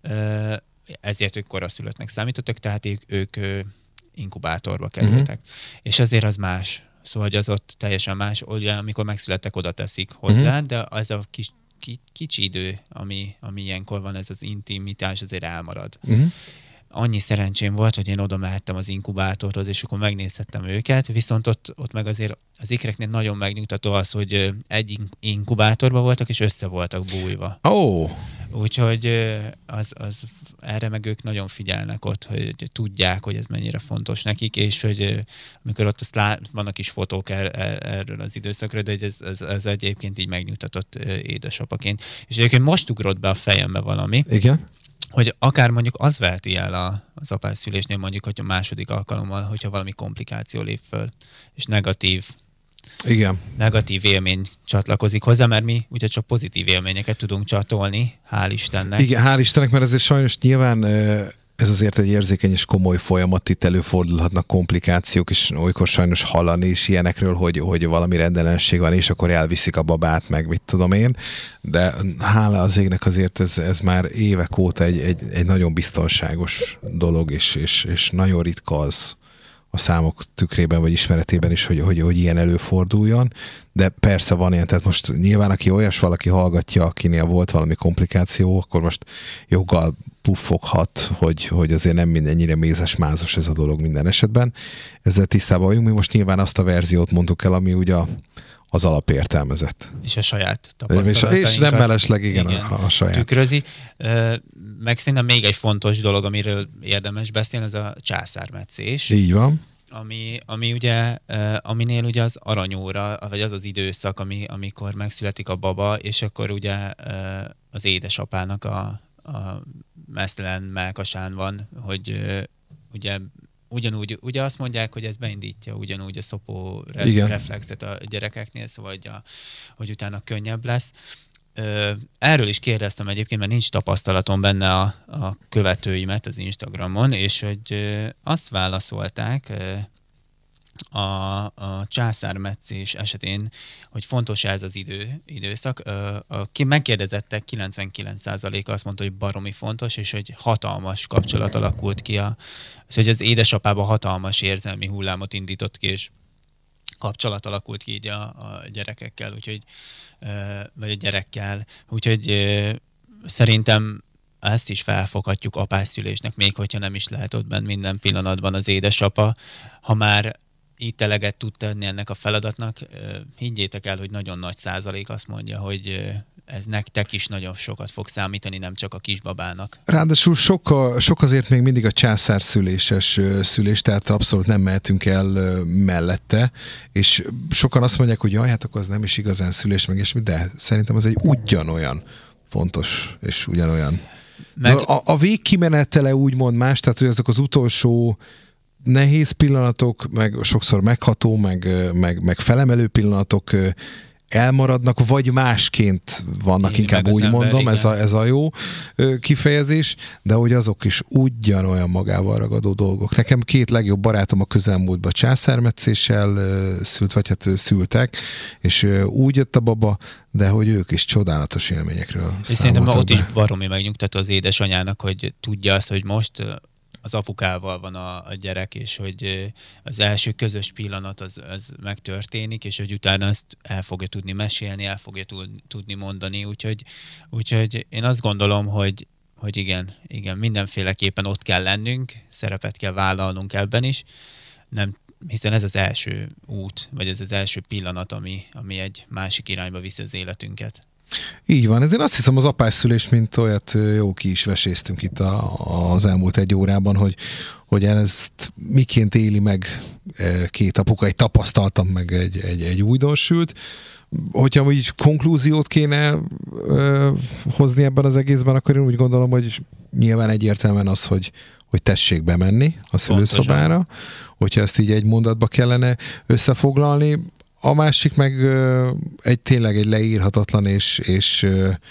ezért ők koraszülöttnek számítottak, tehát ők inkubátorba kerültek. És azért az más. Szóval, hogy az ott teljesen más, ugye, amikor megszülettek, oda teszik hozzá, de az a kicsi idő, ami ilyenkor van, ez az intimitás azért elmarad. Annyi szerencsém volt, hogy én oda mehettem az inkubátorhoz, és akkor megnézhettem őket, viszont ott meg azért az ikreknél nagyon megnyugtató az, hogy egy inkubátorban voltak, és össze voltak bújva. Úgyhogy erre meg ők nagyon figyelnek ott, hogy tudják, hogy ez mennyire fontos nekik, és hogy amikor ott vannak is fotók erről az időszakról, de ez egyébként így megnyugtatott édesapaként. És egyébként most ugrott be a fejembe valami. Igen. Hogy akár mondjuk az veheti el az apászszülésnél mondjuk, hogy a második alkalommal, hogyha valami komplikáció lép föl, és negatív élmény csatlakozik hozzá, mert mi ugye csak pozitív élményeket tudunk csatolni, hál' Istennek. Igen, hál' Istennek, mert ezért sajnos nyilván ez azért egy érzékeny és komoly folyamat, itt előfordulhatnak komplikációk, és olykor sajnos hallani is ilyenekről, hogy valami rendellenesség van, és akkor elviszik a babát, meg mit tudom én, de hála az égnek azért ez már évek óta egy nagyon biztonságos dolog, és nagyon ritka az a számok tükrében vagy ismeretében is, hogy ilyen előforduljon, de persze van ilyen, tehát most nyilván aki valaki hallgatja, akinél volt valami komplikáció, akkor most joggal puffoghat, hogy azért nem mindennyire mézes-mázos ez a dolog minden esetben. Ezzel tisztában vagyunk, mi most nyilván azt a verziót mondtuk el, ami ugye az alapértelmezett. És a saját tapasztalatainkat. És nem mellesleg, igen, a saját. Tükrözi. Meg szerintem még egy fontos dolog, amiről érdemes beszélni, ez a császármetszés. Így van. Ami ugye, aminél ugye az aranyóra, vagy az az időszak, amikor megszületik a baba, és akkor ugye az édesapának a meztelen mellkasán van, hogy ugye ugyanúgy, ugye azt mondják, hogy ez beindítja ugyanúgy a szopó reflexet a gyerekeknél, szóval hogy utána könnyebb lesz. Erről is kérdeztem egyébként, mert nincs tapasztalatom benne a követőimet az Instagramon, és hogy azt válaszolták a császármetszés esetén, hogy fontos ez az időszak. Ki megkérdezettek, 99%-a azt mondta, hogy baromi fontos, és hogy hatalmas kapcsolat alakult ki. Hogy az édesapában hatalmas érzelmi hullámot indított ki, és kapcsolat alakult ki így a gyerekekkel, úgyhogy, vagy a gyerekkel. Úgyhogy szerintem ezt is felfoghatjuk apásszülésnek, még hogyha nem is lehet ott benne minden pillanatban az édesapa. Ha már itt eleget tud tenni ennek a feladatnak, higgyétek el, hogy nagyon nagy százalék azt mondja, hogy ez nektek is nagyon sokat fog számítani, nem csak a kisbabának. Ráadásul sok azért még mindig a császárszüléses szülés, tehát abszolút nem mehetünk el mellette, és sokan azt mondják, hogy jaj, hát akkor az nem is igazán szülés, meg és mi, de szerintem az egy ugyanolyan fontos, és ugyanolyan. A végkimenetele úgymond más, tehát hogy azok az utolsó nehéz pillanatok, meg sokszor megható, meg felemelő pillanatok elmaradnak, vagy másként vannak, Éli inkább meg az úgy ember, mondom, igen. ez a jó kifejezés, de hogy azok is ugyanolyan magával ragadó dolgok. Nekem 2 legjobb barátom a közelmúltban császármetszéssel szült, vagy hát szültek, és úgy jött a baba, de hogy ők is csodálatos élményekről És szerintem számoltak ott is be. baromi megnyugtató az édesanyának, hogy tudja azt, hogy most az apukával van a gyerek, és hogy az első közös pillanat az megtörténik, és hogy utána ezt el fogja tudni mesélni, el fogja tudni mondani, úgyhogy én azt gondolom, hogy igen, mindenféleképpen ott kell lennünk, szerepet kell vállalnunk ebben is, nem, hiszen ez az első út, vagy ez az első pillanat, ami egy másik irányba viszi az életünket. Így van, én azt hiszem az apásszülés, mint olyat jó ki is veséztünk itt az elmúlt 1 órában, hogy ezt miként éli meg 2 apuka, egy tapasztaltam meg egy újdonsült. Hogyha így konklúziót kéne hozni ebben az egészben, akkor én úgy gondolom, hogy nyilván egyértelműen az, hogy tessék bemenni a szülőszobára, hogyha ezt így egy mondatba kellene összefoglalni. A másik meg tényleg egy leírhatatlan és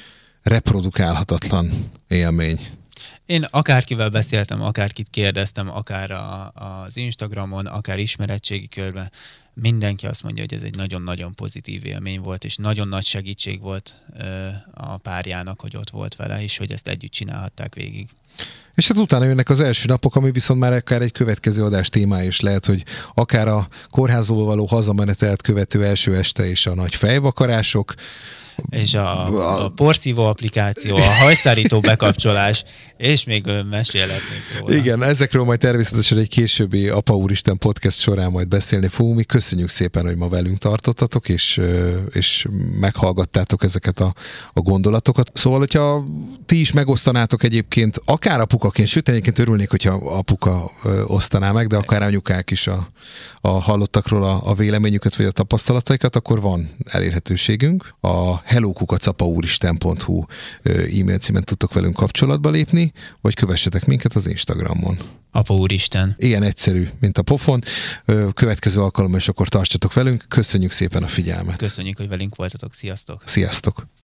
reprodukálhatatlan élmény. Én akárkivel beszéltem, akárkit kérdeztem, akár az Instagramon, akár ismeretségi körben, mindenki azt mondja, hogy ez egy nagyon-nagyon pozitív élmény volt, és nagyon nagy segítség volt a párjának, hogy ott volt vele, és hogy ezt együtt csinálhatták végig. És hát utána jönnek az első napok, ami viszont már akár egy következő adás témája is lehet, hogy akár a kórházból való hazamenetelt követő első este és a nagy fejvakarások, és a porszívó applikáció, a hajszárító bekapcsolás, és még mesélhetnék róla. Igen, ezekről majd természetesen egy későbbi Apa Úristen podcast során majd beszélni fogunk. Mi köszönjük szépen, hogy ma velünk tartottatok, és meghallgattátok ezeket a gondolatokat. Szóval, hogyha ti is megosztanátok egyébként, akár apukaként, sőt, egyébként örülnék, hogyha apuka osztaná meg, de akár anyukák is a hallottakról a véleményüket, vagy a tapasztalataikat, akkor van elérhetőségünk. A hello@apauristen.hu e-mail címen tudtok velünk kapcsolatba lépni, vagy kövessetek minket az Instagramon. Apa Úristen. Ilyen egyszerű, mint a pofon. Következő alkalommal is akkor tartsatok velünk. Köszönjük szépen a figyelmet. Köszönjük, hogy velünk voltatok. Sziasztok! Sziasztok!